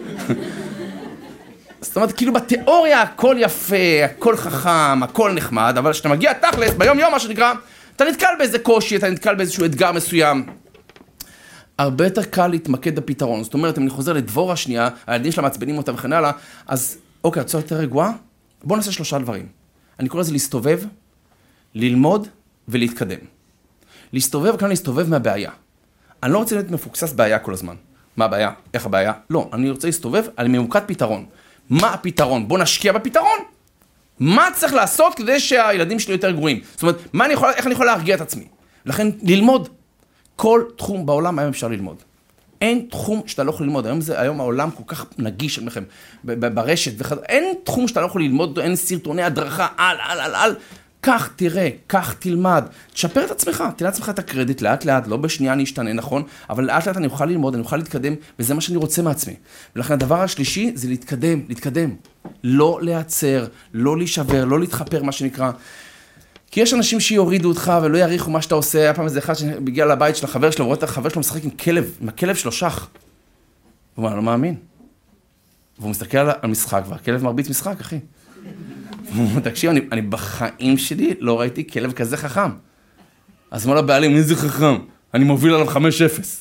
זאת אומרת, כאילו בתיאוריה הכל יפה, הכל חכם, הכל נחמד, אבל כשאתה מגיע תכלס, ביום יום מה שנקרא, אתה נתקל באיזה קושי, אתה נתקל באיזשהו אתגר מסוים. הרבה יותר קל להתמקד בפתרון. זאת אומרת, אם אני חוזר לדבור השנייה, הילדים שלה מעצבנים אותה וכן הלאה, אז אוקיי, הצורה יותר רגועה, בואו נעשה שלושה דברים. אני קורא לזה להסתובב, ללמוד ולהתקדם. להסתובב, כאן להסתובב מהבעיה. אני לא רוצה להיות מפוקסס בעיה כל הזמן. מה הבעיה? איך הבעיה? לא, אני רוצה להסתובב על ממוקד פתרון. מה הפתרון? בוא נשקיע בפתרון. מה צריך לעשות כדי שהילדים שלי יותר גרועים? זאת אומרת, מה אני יכול, איך אני יכול להרגיע את עצמי? לכן, ללמוד. כל תחום בעולם היום אפשר ללמוד. אין תחום שאתה לא יכול ללמוד. היום, זה, היום העולם כל כך נגיש לכם, ברשת וכד... אין תחום שאתה לא יכול ללמוד, אין סרטוני הדרכה, על, על, על, על. כך תראה, כך תלמד. תשפר את עצמך, תן לעצמך את הקרדיט, לאט לאט, לא בשנייה אני אשתנה, נכון? אבל לאט לאט אני אוכל ללמוד, אני אוכל להתקדם, וזה מה שאני רוצה מעצמי. ולכן הדבר השלישי זה להתקדם, להתקדם. לא להיעצר, לא להישבר, לא להתחפר, מה שנקרא. כי יש אנשים שיורידו אותך ולא יעריכו מה שאתה עושה. היה פעם איזה אחד שבגיע לבית של החבר שלו, ורואה את החבר שלו משחק עם כלב, עם הכלב שלו שח. הוא אומר, לא מאמין. והוא מסתכל על המשחק, והכלב מרביץ משחק, אחי. תקשיב, אני, אני בחיים שלי לא ראיתי כלב כזה חכם. אז מה לבעלים, איזה חכם? אני מוביל עליו חמש אפס.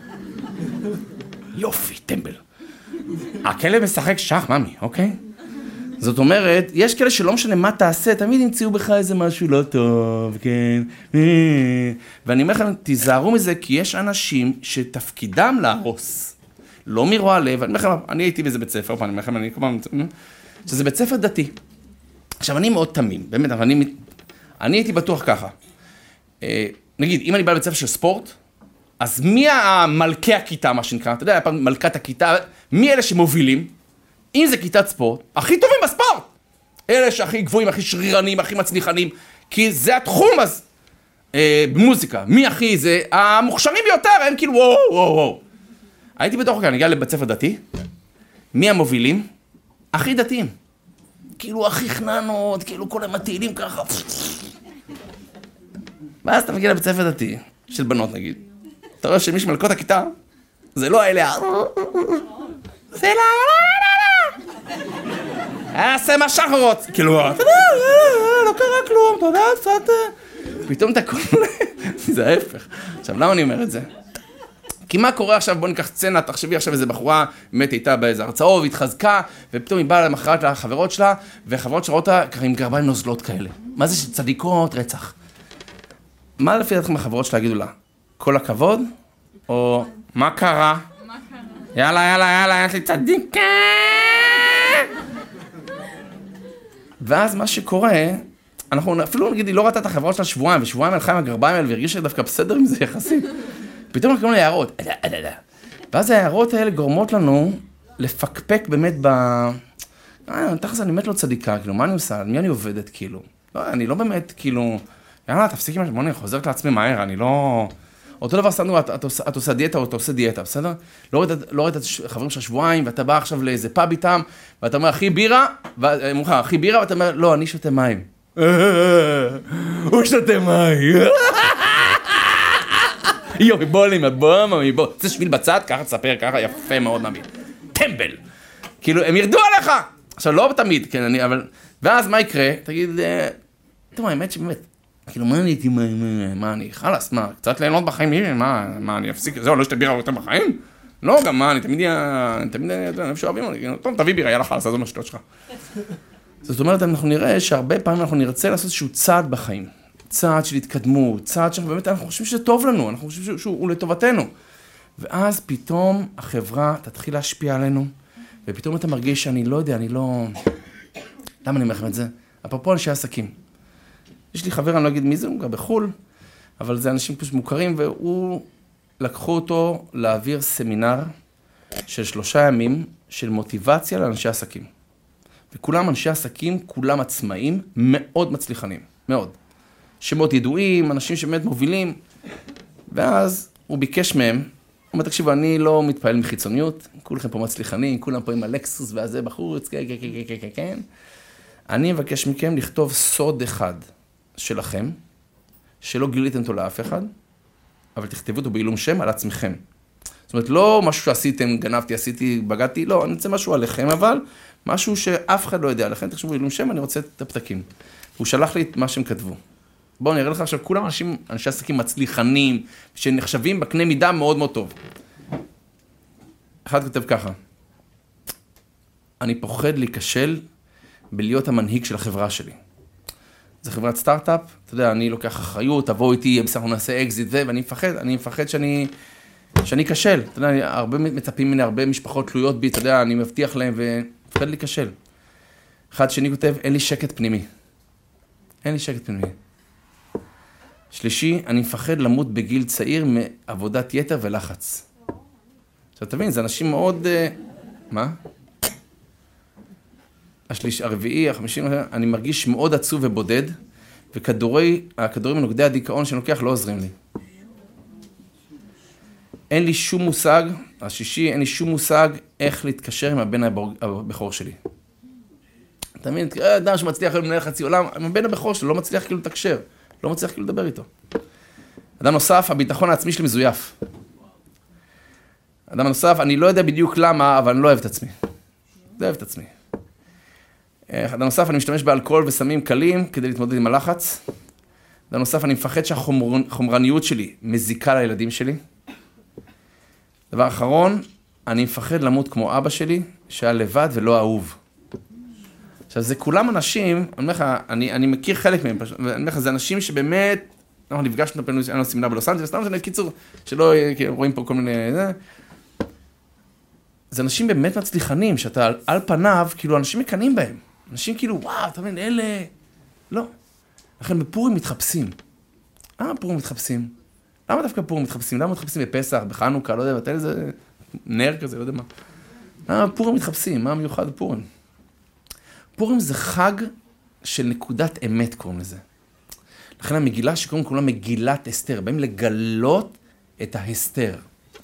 יופי, טמבל. הכלב משחק שח, ממי, אוקיי? זאת אומרת, יש כאלה שלא משנה מה תעשה, תמיד ימצאו בך איזה משהו לא טוב, כן? ואני אומר לכם, תיזהרו מזה, כי יש אנשים שתפקידם להרוס. לא מרוע לב, אני אומר לכם, אני הייתי באיזה בית ספר, אני אומר לכם, אני כל פעם... שזה בית ספר דתי. עכשיו, אני מאוד תמים, באמת, אבל אני, אני הייתי בטוח ככה. אה, נגיד, אם אני בא לבית ספר של ספורט, אז מי המלכי הכיתה, מה שנקרא? אתה יודע, פעם מלכת הכיתה, מי אלה שמובילים? אם זה כיתת ספורט, הכי טובים בספורט. אלה שהכי גבוהים, הכי שרירנים, הכי מצליחנים, כי זה התחום, אז... אה, במוזיקה, מי הכי זה? המוכשרים ביותר, הם כאילו וואו, וואו, וואו. הייתי בטוח ככה, אני אגיע לבית ספר דתי, מי המובילים? הכי דתיים. כאילו הכי חננות, כאילו כל המתעילים ככה. ואז אתה מגיע לבית ספר דתי, של בנות נגיד. אתה רואה שמי שמלכות הכיתה, זה לא האלה. זה לא, לא, לא, לא. עשה מה שחרות. כאילו, לא קרה כלום, אתה יודע, קצת... פתאום אתה קורא, זה ההפך. עכשיו, למה אני אומר את זה? כי מה קורה עכשיו, בוא ניקח סצנה, תחשבי עכשיו איזה בחורה, באמת הייתה באיזה הרצאה, והתחזקה, ופתאום היא באה למחרת לחברות שלה, וחברות שלה אותה ככה עם גרביים נוזלות כאלה. מה זה שצדיקות, רצח? מה לפי דעתכם החברות שלה יגידו לה? כל הכבוד? או מה קרה? מה קרה? יאללה, יאללה, יאללה, יש לי צדיקה! ואז מה שקורה, אנחנו אפילו נגיד, היא לא ראתה את החברות שלה שבועיים, ושבועיים הלכה עם הגרביים האלה, והרגישה דווקא בסדר עם זה יחסית. פתאום אנחנו קוראים להערות, ואז ההערות האלה גורמות לנו לפקפק באמת ב... אה, תכף אני באמת לא צדיקה, כאילו, מה אני עושה? על מי אני עובדת, כאילו? לא, אני לא באמת, כאילו... יאללה, תפסיק עם... בוא אני חוזרת לעצמי מהר, אני לא... אותו דבר, סתנו, את עושה דיאטה או אתה עושה דיאטה, בסדר? לא ראית את חברים של שבועיים, ואתה בא עכשיו לאיזה פאב איתם, ואתה אומר, אחי בירה, ומוכר, אחי בירה, ואתה אומר, לא, אני שותה מים. הוא שותה מים. יואי, בוא לי, בוא, ממי, בוא. זה שביל בצד, ככה תספר, ככה יפה מאוד, ממי. טמבל. כאילו, הם ירדו עליך. עכשיו, לא תמיד, כן, אני, אבל... ואז מה יקרה? תגיד, טוב, האמת שבאמת, כאילו, מה אני הייתי, מה אני, חלס, מה, קצת ליהנות בחיים, מה, מה, אני אפסיק, זהו, לא שתה בירה יותר בחיים? לא, גם מה, אני תמיד, אני תמיד, אני שאוהבים, טוב, תביא בירה, יאללה חלס, אז זה מה שטות שלך. זאת אומרת, אנחנו נראה שהרבה פעמים אנחנו נרצה לעשות איזשהו צעד בחיים. צעד של התקדמות, צעד שאנחנו באמת, אנחנו חושבים שזה טוב לנו, אנחנו חושבים שהוא לטובתנו. ואז פתאום החברה תתחיל להשפיע עלינו, ופתאום אתה מרגיש שאני לא יודע, אני לא... למה אני אומר לכם את זה? אפרופו אנשי עסקים. יש לי חבר, אני לא אגיד מי זה, הוא גם בחול, אבל זה אנשים פשוט מוכרים, והוא לקחו אותו להעביר סמינר של שלושה ימים של מוטיבציה לאנשי עסקים. וכולם אנשי עסקים, כולם עצמאים, מאוד מצליחנים, מאוד. שמות ידועים, אנשים שבאמת מובילים, ואז הוא ביקש מהם, הוא אומר, תקשיבו, אני לא מתפעל מחיצוניות, כולכם פה מצליחנים, כולם פה עם הלקסוס והזה בחוץ, כן, כן, כן, כן, כן, כן. אני מבקש מכם לכתוב סוד אחד שלכם, שלא גיליתם אותו לאף אחד, אבל תכתבו אותו בעילום שם על עצמכם. זאת אומרת, לא משהו שעשיתם, גנבתי, עשיתי, בגדתי, לא, אני רוצה משהו עליכם, אבל משהו שאף אחד לא יודע. לכן תחשבו בעילום שם, אני רוצה את הפתקים. הוא שלח לי את מה שהם כתבו. בואו, אני אראה לך עכשיו, כולם אנשים, אנשי עסקים מצליחנים, שנחשבים בקנה מידה מאוד מאוד טוב. אחד כותב ככה, אני פוחד להיכשל בלהיות המנהיג של החברה שלי. זה חברת סטארט-אפ, אתה יודע, אני לוקח אחריות, תבואו איתי, בסך נעשה אקזיט זה, ואני מפחד, אני מפחד שאני, שאני כשל. אתה יודע, הרבה מצפים ממני, הרבה משפחות תלויות בי, אתה יודע, אני מבטיח להם ומפחד להיכשל. אחד שני כותב, אין לי שקט פנימי. אין לי שקט פנימי. שלישי, אני מפחד למות בגיל צעיר מעבודת יתר ולחץ. עכשיו, תבין, זה אנשים מאוד... מה? השליש, הרביעי, החמישים, אני מרגיש מאוד עצוב ובודד, וכדורי, הכדורים ונוגדי הדיכאון שאני לוקח לא עוזרים לי. אין לי שום מושג, השישי, אין לי שום מושג איך להתקשר עם הבן הבכור שלי. אתה מבין, אדם שמצליח לנהל חצי עולם, עם הבן הבכור שלו לא מצליח כאילו לתקשר, לא מצליח כאילו לדבר איתו. אדם נוסף, הביטחון העצמי שלי מזויף. אדם נוסף, אני לא יודע בדיוק למה, אבל אני לא אוהב את עצמי. לא אוהב את עצמי. אדם נוסף, אני משתמש באלכוהול וסמים קלים כדי להתמודד עם הלחץ. אדם נוסף, אני מפחד שהחומרניות שלי מזיקה לילדים שלי. דבר אחרון, אני מפחד למות כמו אבא שלי, שהיה לבד ולא אהוב. עכשיו, זה כולם אנשים, אני אומר לך, אני, אני מכיר חלק מהם, ואני אומר לך, זה אנשים שבאמת, אנחנו נפגשנו פעמים, היה לנו סמינר בלוס אנג'לס, סתם זה קיצור, שלא רואים פה כל מיני... זה, זה אנשים באמת מצליחנים, שאתה על, על פניו, כאילו, אנשים מקנים בהם. אנשים כאילו, וואו, אתה מבין, אלה... לא. לכן בפורים מתחפשים. למה בפורים מתחפשים? למה דווקא בפורים מתחפשים? למה מתחפשים בפסח, בחנוכה, לא יודע, ואתה איזה נר כזה, לא יודע מה. למה בפורים מתחפשים? מה המיוחד בפורים? פורים זה חג של נקודת אמת, קוראים לזה. לכן המגילה שקוראים כולה מגילת אסתר, באים לגלות את ההסתר.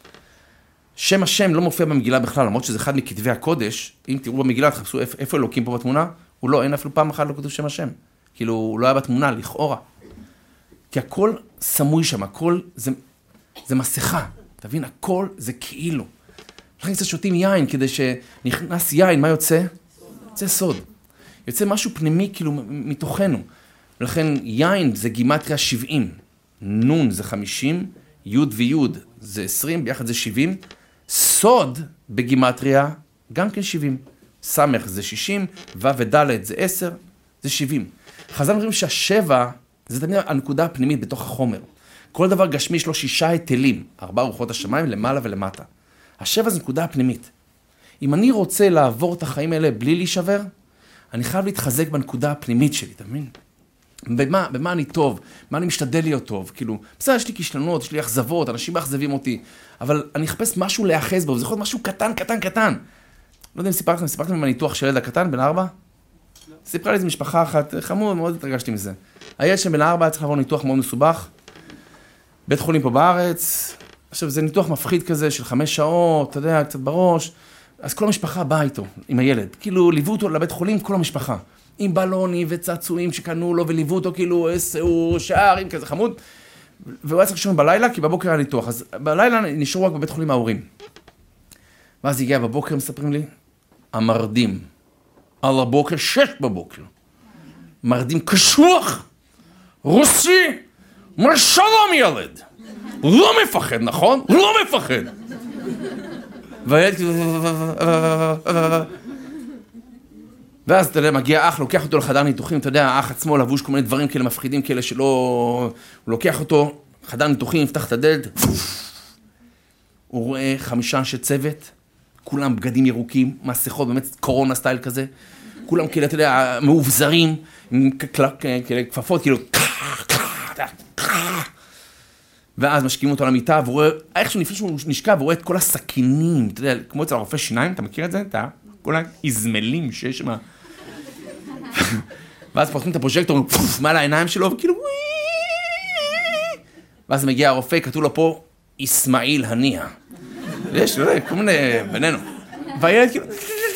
שם השם לא מופיע במגילה בכלל, למרות שזה אחד מכתבי הקודש, אם תראו במגילה, תחפשו איפה אלוקים פה בתמונה, הוא לא, אין אפילו פעם אחת לא כתוב שם השם. כאילו, הוא לא היה בתמונה, לכאורה. כי הכל סמוי שם, הכל זה, זה מסכה. תבין, הכל זה כאילו. לכן קצת שותים יין, כדי שנכנס יין, מה יוצא? יוצא סוד. יוצא משהו פנימי, כאילו, מתוכנו. ולכן יין זה גימטריה שבעים, נון זה חמישים, יוד ויוד זה עשרים, ביחד זה שבעים, סוד בגימטריה גם כן שבעים, סמך זה שישים, ו' וד' זה עשר, זה שבעים. חז"ל אומרים שהשבע זה תמיד הנקודה הפנימית בתוך החומר. כל דבר גשמי יש לו שישה היטלים, ארבע רוחות השמיים למעלה ולמטה. השבע זה נקודה הפנימית. אם אני רוצה לעבור את החיים האלה בלי להישבר, אני חייב להתחזק בנקודה הפנימית שלי, אתה מבין? במה, במה אני טוב, מה אני משתדל להיות טוב, כאילו, בסדר, יש לי כישלונות, יש לי אכזבות, אנשים מאכזבים אותי, אבל אני אחפש משהו להאחז בו, וזה יכול להיות משהו קטן, קטן, קטן. לא יודע אם סיפרתם, סיפרתם עם הניתוח של ילד הקטן, בן ארבע? סיפרה לי איזו משפחה אחת, חמור, מאוד התרגשתי מזה. הילד של בן ארבע צריך לעבור ניתוח מאוד מסובך, בית חולים פה בארץ, עכשיו זה ניתוח מפחיד כזה של חמש שעות, אתה יודע, קצת בראש, אז כל המשפחה באה איתו, עם הילד, כאילו ליוו אותו לבית חולים, כל המשפחה. עם בלונים וצעצועים שקנו לו וליוו אותו כאילו הוא שער, עם כזה חמוד. והוא היה צריך לישון בלילה, כי בבוקר היה ניתוח. אז בלילה נשארו רק בבית חולים ההורים. ואז הגיע בבוקר, מספרים לי, המרדים. על הבוקר, שש בבוקר. מרדים קשוח, רוסי, אומר שלום ילד. לא מפחד, נכון? לא מפחד. והילד כאילו... ואז, אתה יודע, מגיע אח, לוקח אותו לחדר ניתוחים, אתה יודע, האח עצמו לבוש כל מיני דברים כאלה מפחידים, כאלה שלא... הוא לוקח אותו, חדר ניתוחים, יפתח את הדלת, הוא רואה חמישה אנשי צוות, כולם בגדים ירוקים, מסכות, באמת קורונה סטייל כזה, כולם כאלה, אתה יודע, מאובזרים, עם כאלה כפפות, כאילו... ואז משקיעים אותו על המיטה, והוא רואה, איכשהו לפני שהוא נשכב, והוא רואה את כל הסכינים, אתה יודע, כמו אצל הרופא שיניים, אתה מכיר את זה? אתה... כל האזמלים שיש שם. ואז פותחים את הפרוז'קטור, מעל העיניים שלו, וכאילו... ואז מגיע הרופא, כתוב לו פה, אסמאעיל הנייה. יש, לא יודע, כל מיני בינינו. והילד כאילו...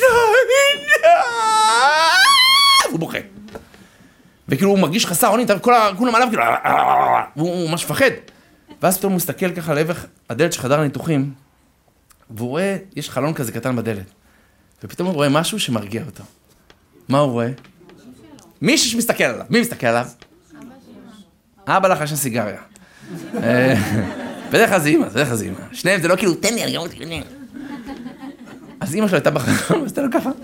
הוא בוכה. וכאילו הוא מרגיש חסר אונים, כולם עליו כאילו... והוא ממש מפחד. ואז פתאום הוא מסתכל ככה לעבר הדלת של חדר הניתוחים, והוא רואה, יש חלון כזה קטן בדלת, ופתאום הוא רואה משהו שמרגיע אותו. מה הוא רואה? מישהו שמסתכל עליו. מי מסתכל עליו? אבא לך יש סיגריה. בדרך כלל זה אימא, בדרך כלל זה אימא. שניהם זה לא כאילו, תן לי, אני גם תקנה. אז אימא שלו הייתה בחלון, ועשתה לו ככה.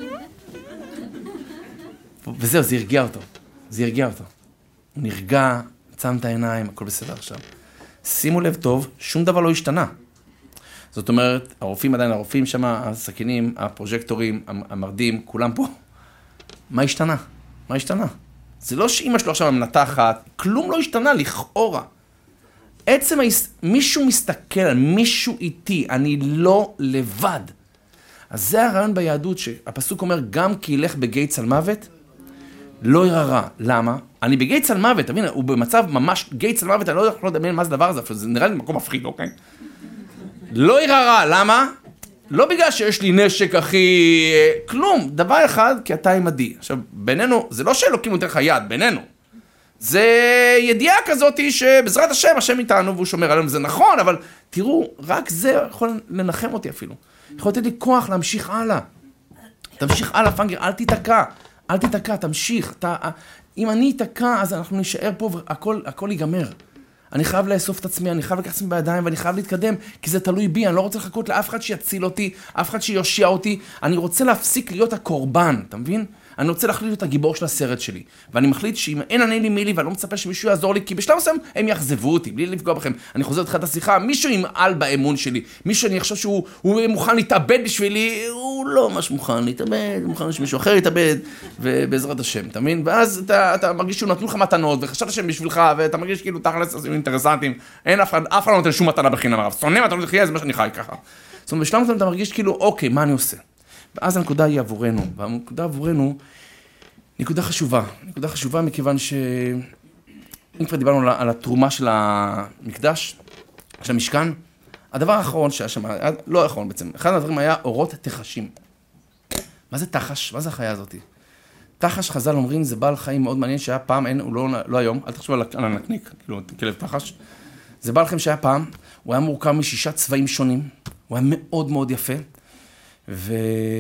וזהו, זה הרגיע אותו. זה הרגיע אותו. הוא נרגע, צם את העיניים, הכל בסדר עכשיו. שימו לב טוב, שום דבר לא השתנה. זאת אומרת, הרופאים עדיין, הרופאים שם, הסכינים, הפרוז'קטורים, המרדים, כולם פה. מה השתנה? מה השתנה? זה לא שאמא שלו עכשיו מנתחת, כלום לא השתנה, לכאורה. עצם, מישהו מסתכל על מישהו איתי, אני לא לבד. אז זה הרעיון ביהדות, שהפסוק אומר, גם כי ילך בגיא צל מוות, לא ירא. למה? אני בגיא צל מוות, תבין, הוא במצב ממש גיא צל מוות, אני לא יכול לדמיין מה זה דבר הזה, זה נראה לי מקום מפחיד, אוקיי? לא ירא, למה? לא בגלל שיש לי נשק הכי... כלום, דבר אחד, כי אתה עמדי. עכשיו, בינינו, זה לא שאלוקים נותן לך יד, בינינו. זה ידיעה כזאת שבעזרת השם, השם איתנו, והוא שומר עלינו, זה נכון, אבל תראו, רק זה יכול לנחם אותי אפילו. יכול לתת לי כוח להמשיך הלאה. תמשיך הלאה, פנגר, אל תתקע. אל תתקע, תמשיך. אתה, אם אני אתקע, אז אנחנו נשאר פה והכל הכל ייגמר. אני חייב לאסוף את עצמי, אני חייב לקחת עצמי בידיים, ואני חייב להתקדם, כי זה תלוי בי, אני לא רוצה לחכות לאף אחד שיציל אותי, אף אחד שיושיע אותי, אני רוצה להפסיק להיות הקורבן, אתה מבין? אני רוצה להחליט להיות הגיבור של הסרט שלי, ואני מחליט שאם אין אני לי מילי, ואני לא מצפה שמישהו יעזור לי, כי בשלב מסוים הם יחזבו אותי, בלי לפגוע בכם. אני חוזר לתחילת השיחה, מישהו ימעל באמון שלי, מישהו אני חושב שהוא הוא מוכן להתאבד בשבילי, הוא לא ממש מוכן להתאבד, הוא מוכן שמישהו אחר יתאבד, ובעזרת השם, אתה מבין? ואז אתה, אתה מרגיש שהוא נתנו לך מתנות, וחשבת שהם בשבילך, ואתה מרגיש כאילו תכלס עושים אינטרסנטים, אין אף אחד, אף אחד לא נותן שום מתנה בחינם, הרב. שונא מתנות לחייה, זה מה שאני חי ככה. זאת אומרת, בשלב מסוים אתה מרגיש כאילו, אוקיי, מה אני עושה? ואז הנקודה היא עבורנו, והנקודה עבורנו נקודה חשובה, נקודה חשובה מכיוון ש... אם כבר דיברנו על התרומה של המקדש, של המשכן, הדבר האחרון שהיה שם, לא האחרון בעצם, אחד הדברים היה אורות תחשים. מה זה תחש? מה זה החיה הזאת? תחש, חז"ל אומרים, זה בעל חיים מאוד מעניין שהיה פעם, אין, הוא לא, לא היום, אל תחשבו על הנקניק, כאילו, כלב תחש. זה בעל חיים שהיה פעם, הוא היה מורכב משישה צבעים שונים, הוא היה מאוד מאוד יפה, והוא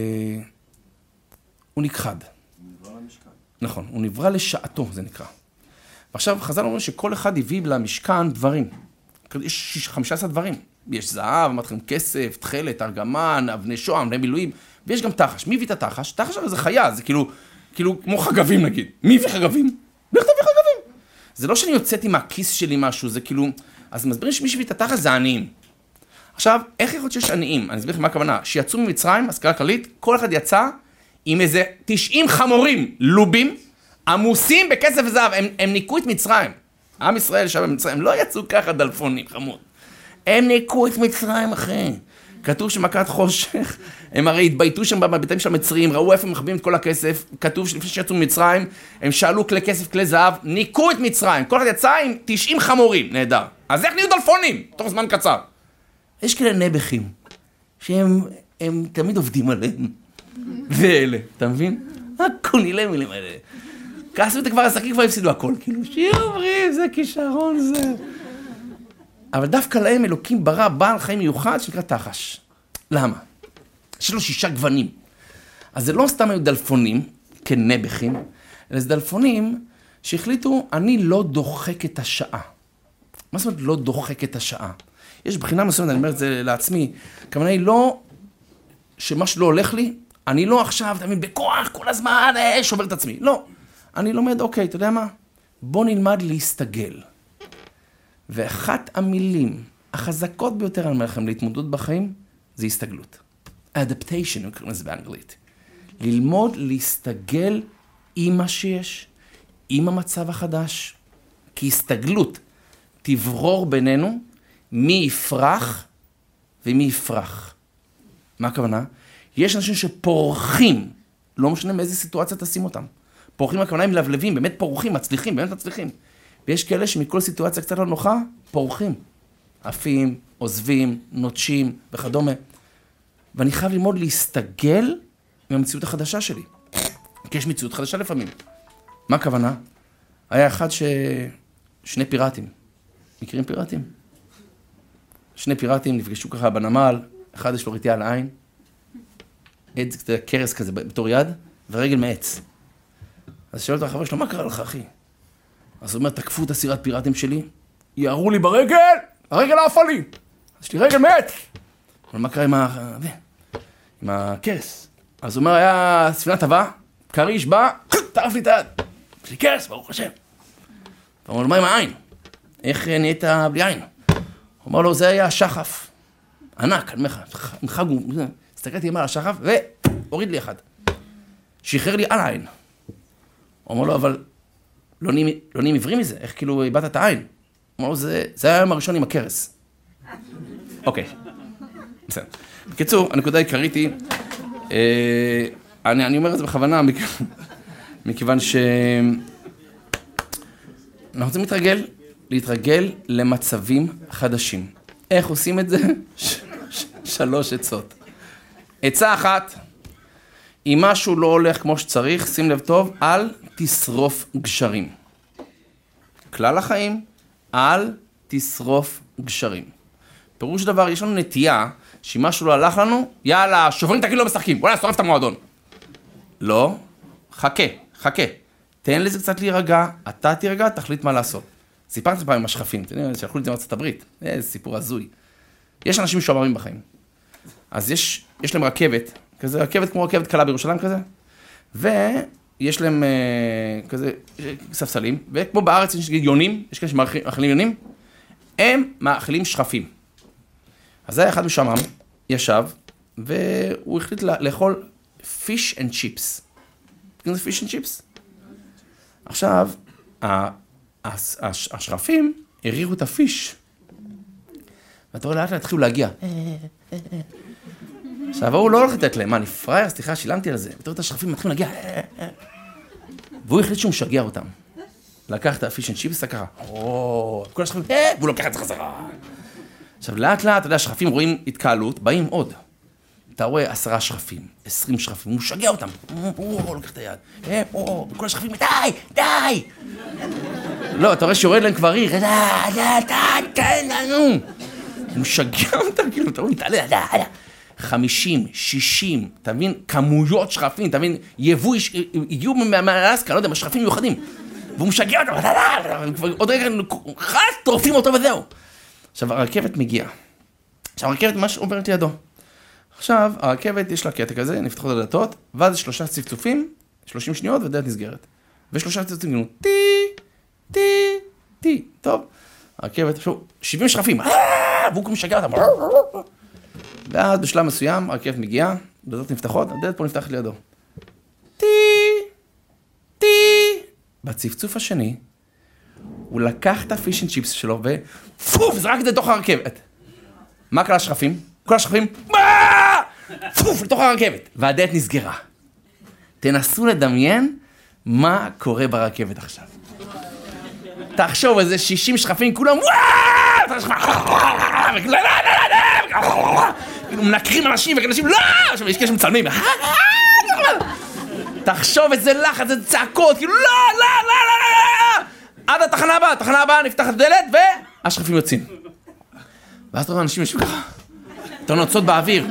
נכחד. נכון, הוא נברא לשעתו, זה נקרא. ועכשיו חז"ל אומרים שכל אחד הביא למשכן דברים. יש חמישה עשר דברים. יש זהב, מתחילים כסף, תכלת, ארגמן, אבני שוהם, אבני מילואים, ויש גם תחש. מי הביא את התחש? תחש הרי זה חיה, זה כאילו, כאילו כמו חגבים נגיד. מי הביא חגבים? לך תביא חגבים. זה לא שאני יוצאתי מהכיס שלי משהו, זה כאילו... אז מסבירים שמי שהביא את התחש זה עניים. עכשיו, איך יכול להיות שיש עניים? אני אסביר לכם מה הכוונה. שיצאו ממצרים, השכלה כללית, כל אחד יצא עם איזה תשעים חמורים לובים, עמוסים בכסף וזהב, הם, הם ניקו את מצרים. עם ישראל שם במצרים, הם לא יצאו ככה דלפונים, חמוד. הם ניקו את מצרים, אחי. כתוב שמכת חושך, הם הרי התבייתו שם בביתים של המצרים, ראו איפה הם מחביאים את כל הכסף, כתוב שלפני שיצאו ממצרים, הם שאלו כלי כסף, כלי זהב, ניקו את מצרים, כל אחד יצא עם תשעים חמורים, נהדר. אז איך נהיו דלפונים? תוך זמן קצר. יש כאלה נבחים, שהם הם תמיד עובדים עליהם. ואלה, אתה מבין? הקונילים מילים האלה. כעסו את כבר, עסקים כבר הפסידו הכל, כאילו, שיעוברים, זה כישרון, זה... אבל דווקא להם אלוקים ברא בעל חיים מיוחד שנקרא תחש. למה? יש לו שישה גוונים. אז זה לא סתם היו דלפונים, כנבחים, אלא זה דלפונים שהחליטו, אני לא דוחק את השעה. מה זאת אומרת לא דוחק את השעה? יש בחינה מסוימת, אני אומר את זה לעצמי, כמובן היא לא, שמה שלא הולך לי, אני לא עכשיו, אתה מבין, בכוח, כל הזמן, אה, שובר את עצמי. לא. אני לומד, אוקיי, אתה יודע מה? בוא נלמד להסתגל. ואחת המילים החזקות ביותר על מלכם להתמודדות בחיים, זה הסתגלות. adaptation, הוא קוראים לזה באנגלית. ללמוד להסתגל עם מה שיש, עם המצב החדש. כי הסתגלות תברור בינינו מי יפרח ומי יפרח. מה הכוונה? יש אנשים שפורחים, לא משנה מאיזה סיטואציה תשים אותם. פורחים הכוונה עם לבלבים, באמת פורחים, מצליחים, באמת מצליחים. ויש כאלה שמכל סיטואציה קצת לא נוחה, פורחים. עפים, עוזבים, נוטשים וכדומה. ואני חייב ללמוד להסתגל עם המציאות החדשה שלי. כי יש מציאות חדשה לפעמים. מה הכוונה? היה אחד ש... שני פיראטים. מכירים פיראטים? שני פיראטים נפגשו ככה בנמל, אחד יש לו רתיעה על העין, עד קרס כזה בתור יד, ורגל מעץ. אז שאל אותו החבר שלו, מה קרה לך, אחי? אז הוא אומר, תקפו את הסירת פיראטים שלי, יערו לי ברגל, הרגל עפה לי. אז יש לי רגל מעץ. אבל מה קרה עם, ה... עם הקרס? אז הוא אומר, היה ספינה טבע, קריש בא, טרף לי את היד. יש לי קרס, ברוך השם. הוא אומר לו, מה עם העין? איך נהיית בלי עין? הוא אומר לו, זה היה שחף. ענק, אני אומר לך, עם חג, הסתכלתי על השחף, והוריד לי אחד. שחרר לי על העין. הוא אומר לו, אבל לא נהיים עברים מזה, איך כאילו איבדת את העין? הוא אומר לו, זה היה היום הראשון עם הקרס. אוקיי, בסדר. בקיצור, הנקודה העיקרית היא, אני אומר את זה בכוונה, מכיוון ש... אנחנו רוצים להתרגל, להתרגל למצבים חדשים. איך עושים את זה? שלוש עצות. עצה אחת, אם משהו לא הולך כמו שצריך, שים לב טוב, אל תשרוף גשרים. כלל החיים, אל תשרוף גשרים. פירוש דבר, יש לנו נטייה, שאם משהו לא הלך לנו, יאללה, שוברים את הכאילו לא משחקים, וואלה, שורף את המועדון. לא, חכה, חכה. תן לזה קצת להירגע, אתה תירגע, תחליט מה לעשות. סיפרתי פעם עם השכפים, אתם יודעים, שלחו לי את זה מארצות הברית, זה סיפור הזוי. יש אנשים משועממים בחיים. אז יש, יש להם רכבת, כזה רכבת כמו רכבת קלה בירושלים כזה, ויש להם אה, כזה ספסלים, וכמו בארץ יש יונים, יש כאלה שמאכילים יונים, הם מאכילים שכפים. אז זה היה אחד משועמם, ישב, והוא החליט לאכול fish and chips. זה fish and chips. עכשיו, השרפים הריחו את הפיש, ואתה רואה לאט לאט התחילו להגיע. עכשיו, הוא לא הולך לתת להם, מה, אני פרייר, סליחה, שילמתי על זה. ואתה רואה את השרפים מתחילים להגיע, והוא החליט שהוא משגע אותם. לקח את הפיש אנד צ'יפס, ככה, כל השרפים, והוא לוקח את זה חזרה. עכשיו, לאט לאט, אתה יודע, השרפים רואים התקהלות, באים עוד. אתה רואה עשרה שרפים, עשרים שרפים, הוא משגע אותם. הוא לוקח את היד. כל השרפים, די, די! לא, אתה רואה שיורד להם כבר ריר, די, די, די, תן לנו! הוא משגע אותם, כאילו, אתה רואה, מתעלה, די, די. חמישים, שישים, אתה מבין, כמויות שרפים, אתה מבין, יבוא, הגיעו מהאלסקה, לא יודע, שרפים מיוחדים. והוא משגע אותם, די, די, עוד רגע, חס, טורפים אותו וזהו. עכשיו, הרכבת מגיעה. עכשיו, הרכבת ממש עוברת לידו. עכשיו, הרכבת יש לה קטע כזה, נפתחות הדלתות, ואז יש שלושה צפצופים, שלושים שניות, ודלת נסגרת. ושלושה צפצופים גנו, טי, טי, טי, טוב. הרכבת, שוב, שבעים שרפים, והוא כמו משגע אותם. ואז בשלב מסוים, הרכבת מגיעה, הדלתות נפתחות, הדלת פה נפתחת לידו. טי, טי. בצפצוף השני, הוא לקח את הפיש אנד צ'יפס שלו, ופוף, זרק את זה לתוך הרכבת. מה קרה לשרפים? כל השרפים, פוף, לתוך הרכבת. והדלת נסגרה. תנסו לדמיין מה קורה ברכבת עכשיו. תחשוב, איזה שישים שרפים, כולם, מנקרים אנשים, ואנשים, לא! עכשיו, יש כאלה שמצלמים. תחשוב, איזה לחץ, איזה צעקות, כאילו, לא, לא, לא, לא, לא! עד התחנה הבאה, התחנה הבאה נפתחת דלת, והשרפים יוצאים. ואז אתה רואה אנשים יושבים ככה. אתה נוצות באוויר.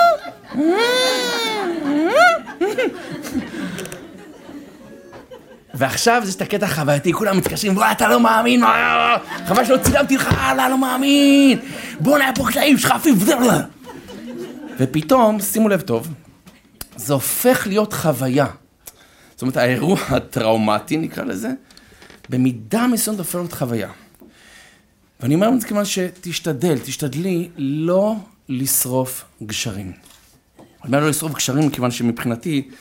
ועכשיו זה את הקטע החווייתי, כולם מתקשרים, וואי, אתה לא מאמין, חבל שלא צילמתי לך, לא מאמין, בוא נהיה פה קטעים, שרפים, ופתאום, שימו לב טוב, זה הופך להיות חוויה. זאת אומרת, האירוע הטראומטי, נקרא לזה, במידה מסוימת הופך להיות חוויה. ואני אומר את זה כיוון שתשתדל, תשתדלי לא לשרוף גשרים. אני אומר לא לשרוף גשרים כיוון שמבחינתי,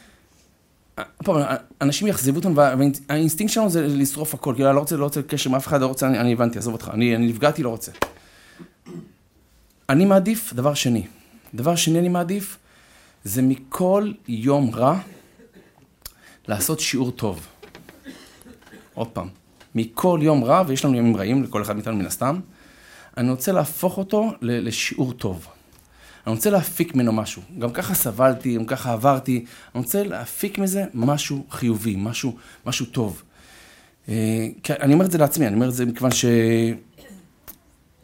אנשים יחזיבו אותם, והאינסטינקט שלנו זה לשרוף הכל, כאילו, אני לא רוצה, לא רוצה קשר עם אף אחד, לא רוצה, אני, אני הבנתי, עזוב אותך, אני, אני נפגעתי, לא רוצה. אני מעדיף, דבר שני, דבר שני אני מעדיף, זה מכל יום רע, לעשות שיעור טוב. עוד פעם, מכל יום רע, ויש לנו ימים רעים, לכל אחד מאיתנו מן הסתם, אני רוצה להפוך אותו לשיעור טוב. אני רוצה להפיק ממנו משהו. גם ככה סבלתי, גם ככה עברתי, אני רוצה להפיק מזה משהו חיובי, משהו, משהו טוב. אני אומר את זה לעצמי, אני אומר את זה מכיוון ש...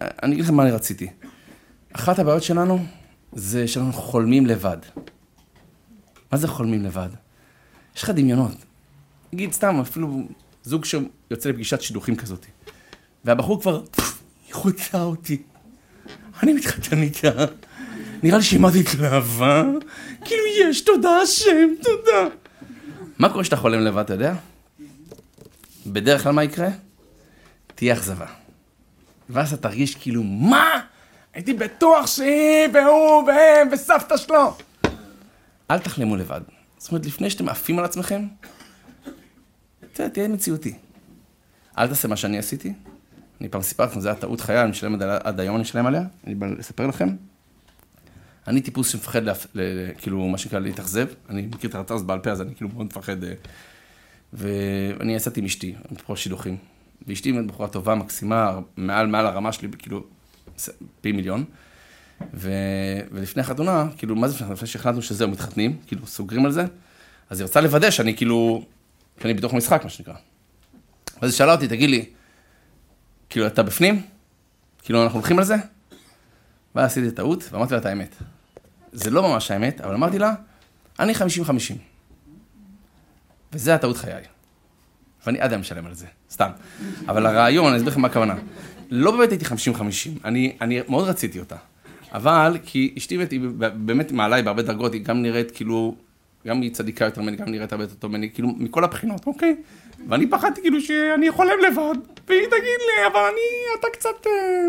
אני אגיד לכם מה אני רציתי. אחת הבעיות שלנו זה שאנחנו חולמים לבד. מה זה חולמים לבד? יש לך דמיונות. נגיד סתם, אפילו זוג שיוצא לפגישת שידוכים כזאת. והבחור כבר, היא חוצה אותי. אני מתחתן איתה. נראה לי שהיא התלהבה. כאילו יש, תודה השם, תודה. מה קורה שאתה חולם לבד, אתה יודע? בדרך כלל מה יקרה? תהיה אכזבה. ואז אתה תרגיש כאילו, מה? הייתי בטוח שהיא והוא והם וסבתא שלו. אל תחלמו לבד. זאת אומרת, לפני שאתם עפים על עצמכם, תהיה, תהיה מציאותי. אל תעשה מה שאני עשיתי. אני פעם סיפר לכם, זה היה טעות חיי, אני משלם עד היום, אני משלם עליה. אני בא לספר לכם. אני טיפוס שמפחד, לה, כאילו, מה שנקרא, להתאכזב. אני מכיר את הרצאה בעל פה, אז אני כאילו מאוד מפחד. ואני יצאתי עם אשתי, עם בחורה שידוכים. ואשתי היא בחורה טובה, מקסימה, מעל, מעל הרמה שלי, כאילו, פי מיליון. ו... ולפני החתונה, כאילו, מה זה לפני שהחלטנו שזהו, מתחתנים, כאילו, סוגרים על זה, אז היא רוצה לוודא שאני כאילו, שאני בתוך המשחק, מה שנקרא. אז היא שאלה אותי, תגיד לי, כאילו, אתה בפנים? כאילו, אנחנו הולכים על זה? ואז עשיתי את טעות, ואמרתי לה את האמת. זה לא ממש האמת, אבל אמרתי לה, אני חמישים חמישים. וזה הטעות חיי. ואני עד היום משלם על זה, סתם. אבל הרעיון, אני אסביר לכם מה הכוונה. לא באמת הייתי חמישים חמישים, אני, אני מאוד רציתי אותה. אבל, כי אשתי באמת, היא באמת מעליי בהרבה דרגות, היא גם נראית כאילו, גם היא צדיקה יותר ממני, גם נראית הרבה יותר טוב ממני, כאילו, מכל הבחינות, אוקיי? ואני פחדתי כאילו שאני חולם לבד, והיא תגיד לי, אבל אני, אתה קצת...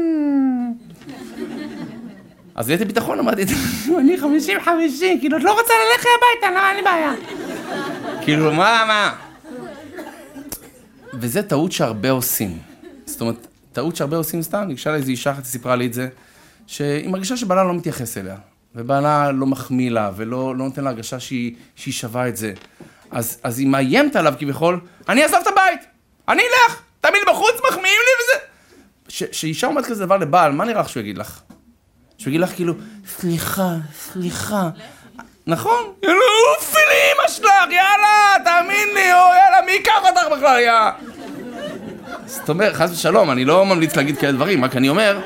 אז הייתי ביטחון, אמרתי, אני חמישים חמישים, כאילו, את לא רוצה ללכת הביתה, לא, אין לי בעיה. כאילו, מה, מה? וזה טעות שהרבה עושים. זאת אומרת, טעות שהרבה עושים סתם, נגשה לאיזו אישה אחת, סיפרה לי את זה, שהיא מרגישה שבעלה לא מתייחס אליה, ובעלה לא מחמיא לה, ולא לא נותן לה הרגשה שהיא, שהיא שווה את זה. אז, אז היא מאיימת עליו כביכול, אני אעזוב את הבית, אני אלך, תמיד בחוץ מחמיאים לי וזה. ש, שאישה אומרת כזה דבר לבעל, מה נראה לך שהוא יגיד לך? שהוא יגיד לך כאילו, סליחה, סליחה. נכון? יאללה, אופי לאמא שלך, יאללה, תאמין לי, או יאללה, מי ייקח אותך בכלל, יאללה. זאת אומרת, חס ושלום, אני לא ממליץ להגיד כאלה דברים, רק אני אומר,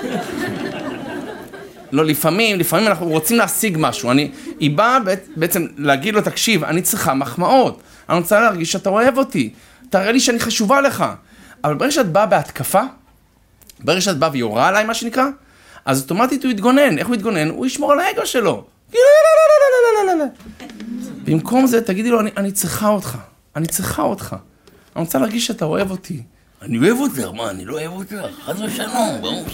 לא, לפעמים, לפעמים אנחנו רוצים להשיג משהו, אני, היא באה בעצם להגיד לו, תקשיב, אני צריכה מחמאות, אני רוצה להרגיש שאתה אוהב אותי, תראה לי שאני חשובה לך, אבל ברגע שאת באה בהתקפה, ברגע שאת באה ויורה עליי, מה שנקרא, אז אוטומטית הוא יתגונן, איך הוא יתגונן? הוא ישמור על האגו שלו. במקום זה, תגידי לו, אני, אני צריכה אותך, אני צריכה אותך, אני רוצה להרגיש שאתה אוהב אותי. אני אוהב אותך, מה, אני לא אוהב אותך, חס ושלום, ברור.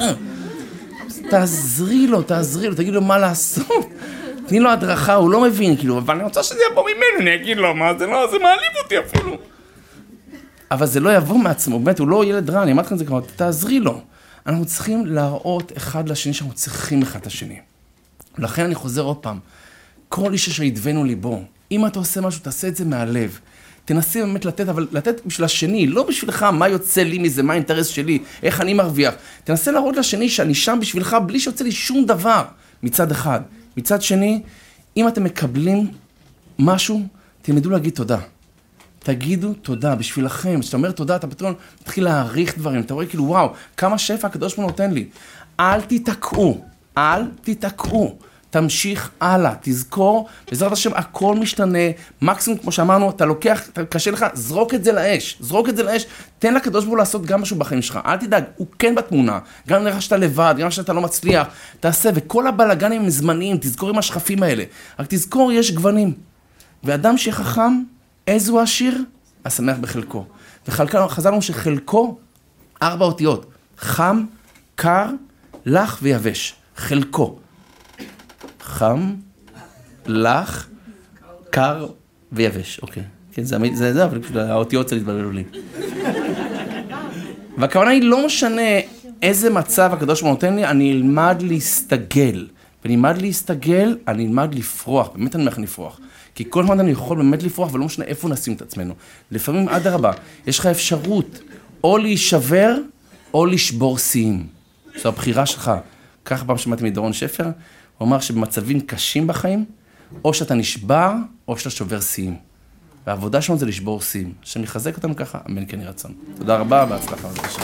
תעזרי לו, תעזרי לו, תגיד לו מה לעשות. תני לו הדרכה, הוא לא מבין, כאילו, אבל אני רוצה שזה יבוא ממנו, אני אגיד לו, מה, זה לא, זה מעליב אותי אפילו. אבל זה לא יבוא מעצמו, באמת, הוא לא ילד רע, אני אמרתי לכם את זה כבר, תעזרי לו. אנחנו צריכים להראות אחד לשני שאנחנו צריכים אחד את השני. לכן אני חוזר עוד פעם, כל איש אשר ידבנו ליבו, אם אתה עושה משהו, תעשה את זה מהלב. תנסי באמת לתת, אבל לתת בשביל השני, לא בשבילך מה יוצא לי מזה, מה האינטרס שלי, איך אני מרוויח. תנסה להראות לשני שאני שם בשבילך בלי שיוצא לי שום דבר מצד אחד. מצד שני, אם אתם מקבלים משהו, תלמדו להגיד תודה. תגידו תודה בשבילכם. כשאתה אומר תודה, אתה פתאום מתחיל להעריך דברים. אתה רואה כאילו, וואו, כמה שפע הקדוש ברוך הוא נותן לי. אל תתעקעו, אל תתעקעו. תמשיך הלאה, תזכור, בעזרת השם, הכל משתנה, מקסימום, כמו שאמרנו, אתה לוקח, אתה קשה לך, זרוק את זה לאש, זרוק את זה לאש, תן לקדוש ברוך הוא לעשות גם משהו בחיים שלך, אל תדאג, הוא כן בתמונה, גם נראה שאתה לבד, גם שאתה לא מצליח, תעשה, וכל הבלגנים הם זמניים, תזכור עם השכפים האלה, רק תזכור, יש גוונים, ואדם שחכם, איזו עשיר, השמח בחלקו, וחזרנו שחלקו, ארבע אותיות, חם, קר, לח ויבש, חלקו. חם, לח, קר ויבש, אוקיי. כן, זה זה, זה, אבל האותיות זה להתבלבלו לי. והכוונה היא לא משנה איזה מצב הקדוש ברוך הוא נותן לי, אני אלמד להסתגל. ונלמד להסתגל, אני אלמד לפרוח, באמת אני מלך לפרוח. כי כל הזמן אני יכול באמת לפרוח, ולא משנה איפה נשים את עצמנו. לפעמים עד הרבה, יש לך אפשרות או להישבר, או לשבור שיאים. זו הבחירה שלך. ככה פעם שמעתי מדורון שפר, הוא אמר שבמצבים קשים בחיים, או שאתה נשבר, או שאתה שובר שיאים. והעבודה שלנו זה לשבור שיאים. שמחזק אותנו ככה, אמן כן יהי רצון. תודה רבה, בהצלחה.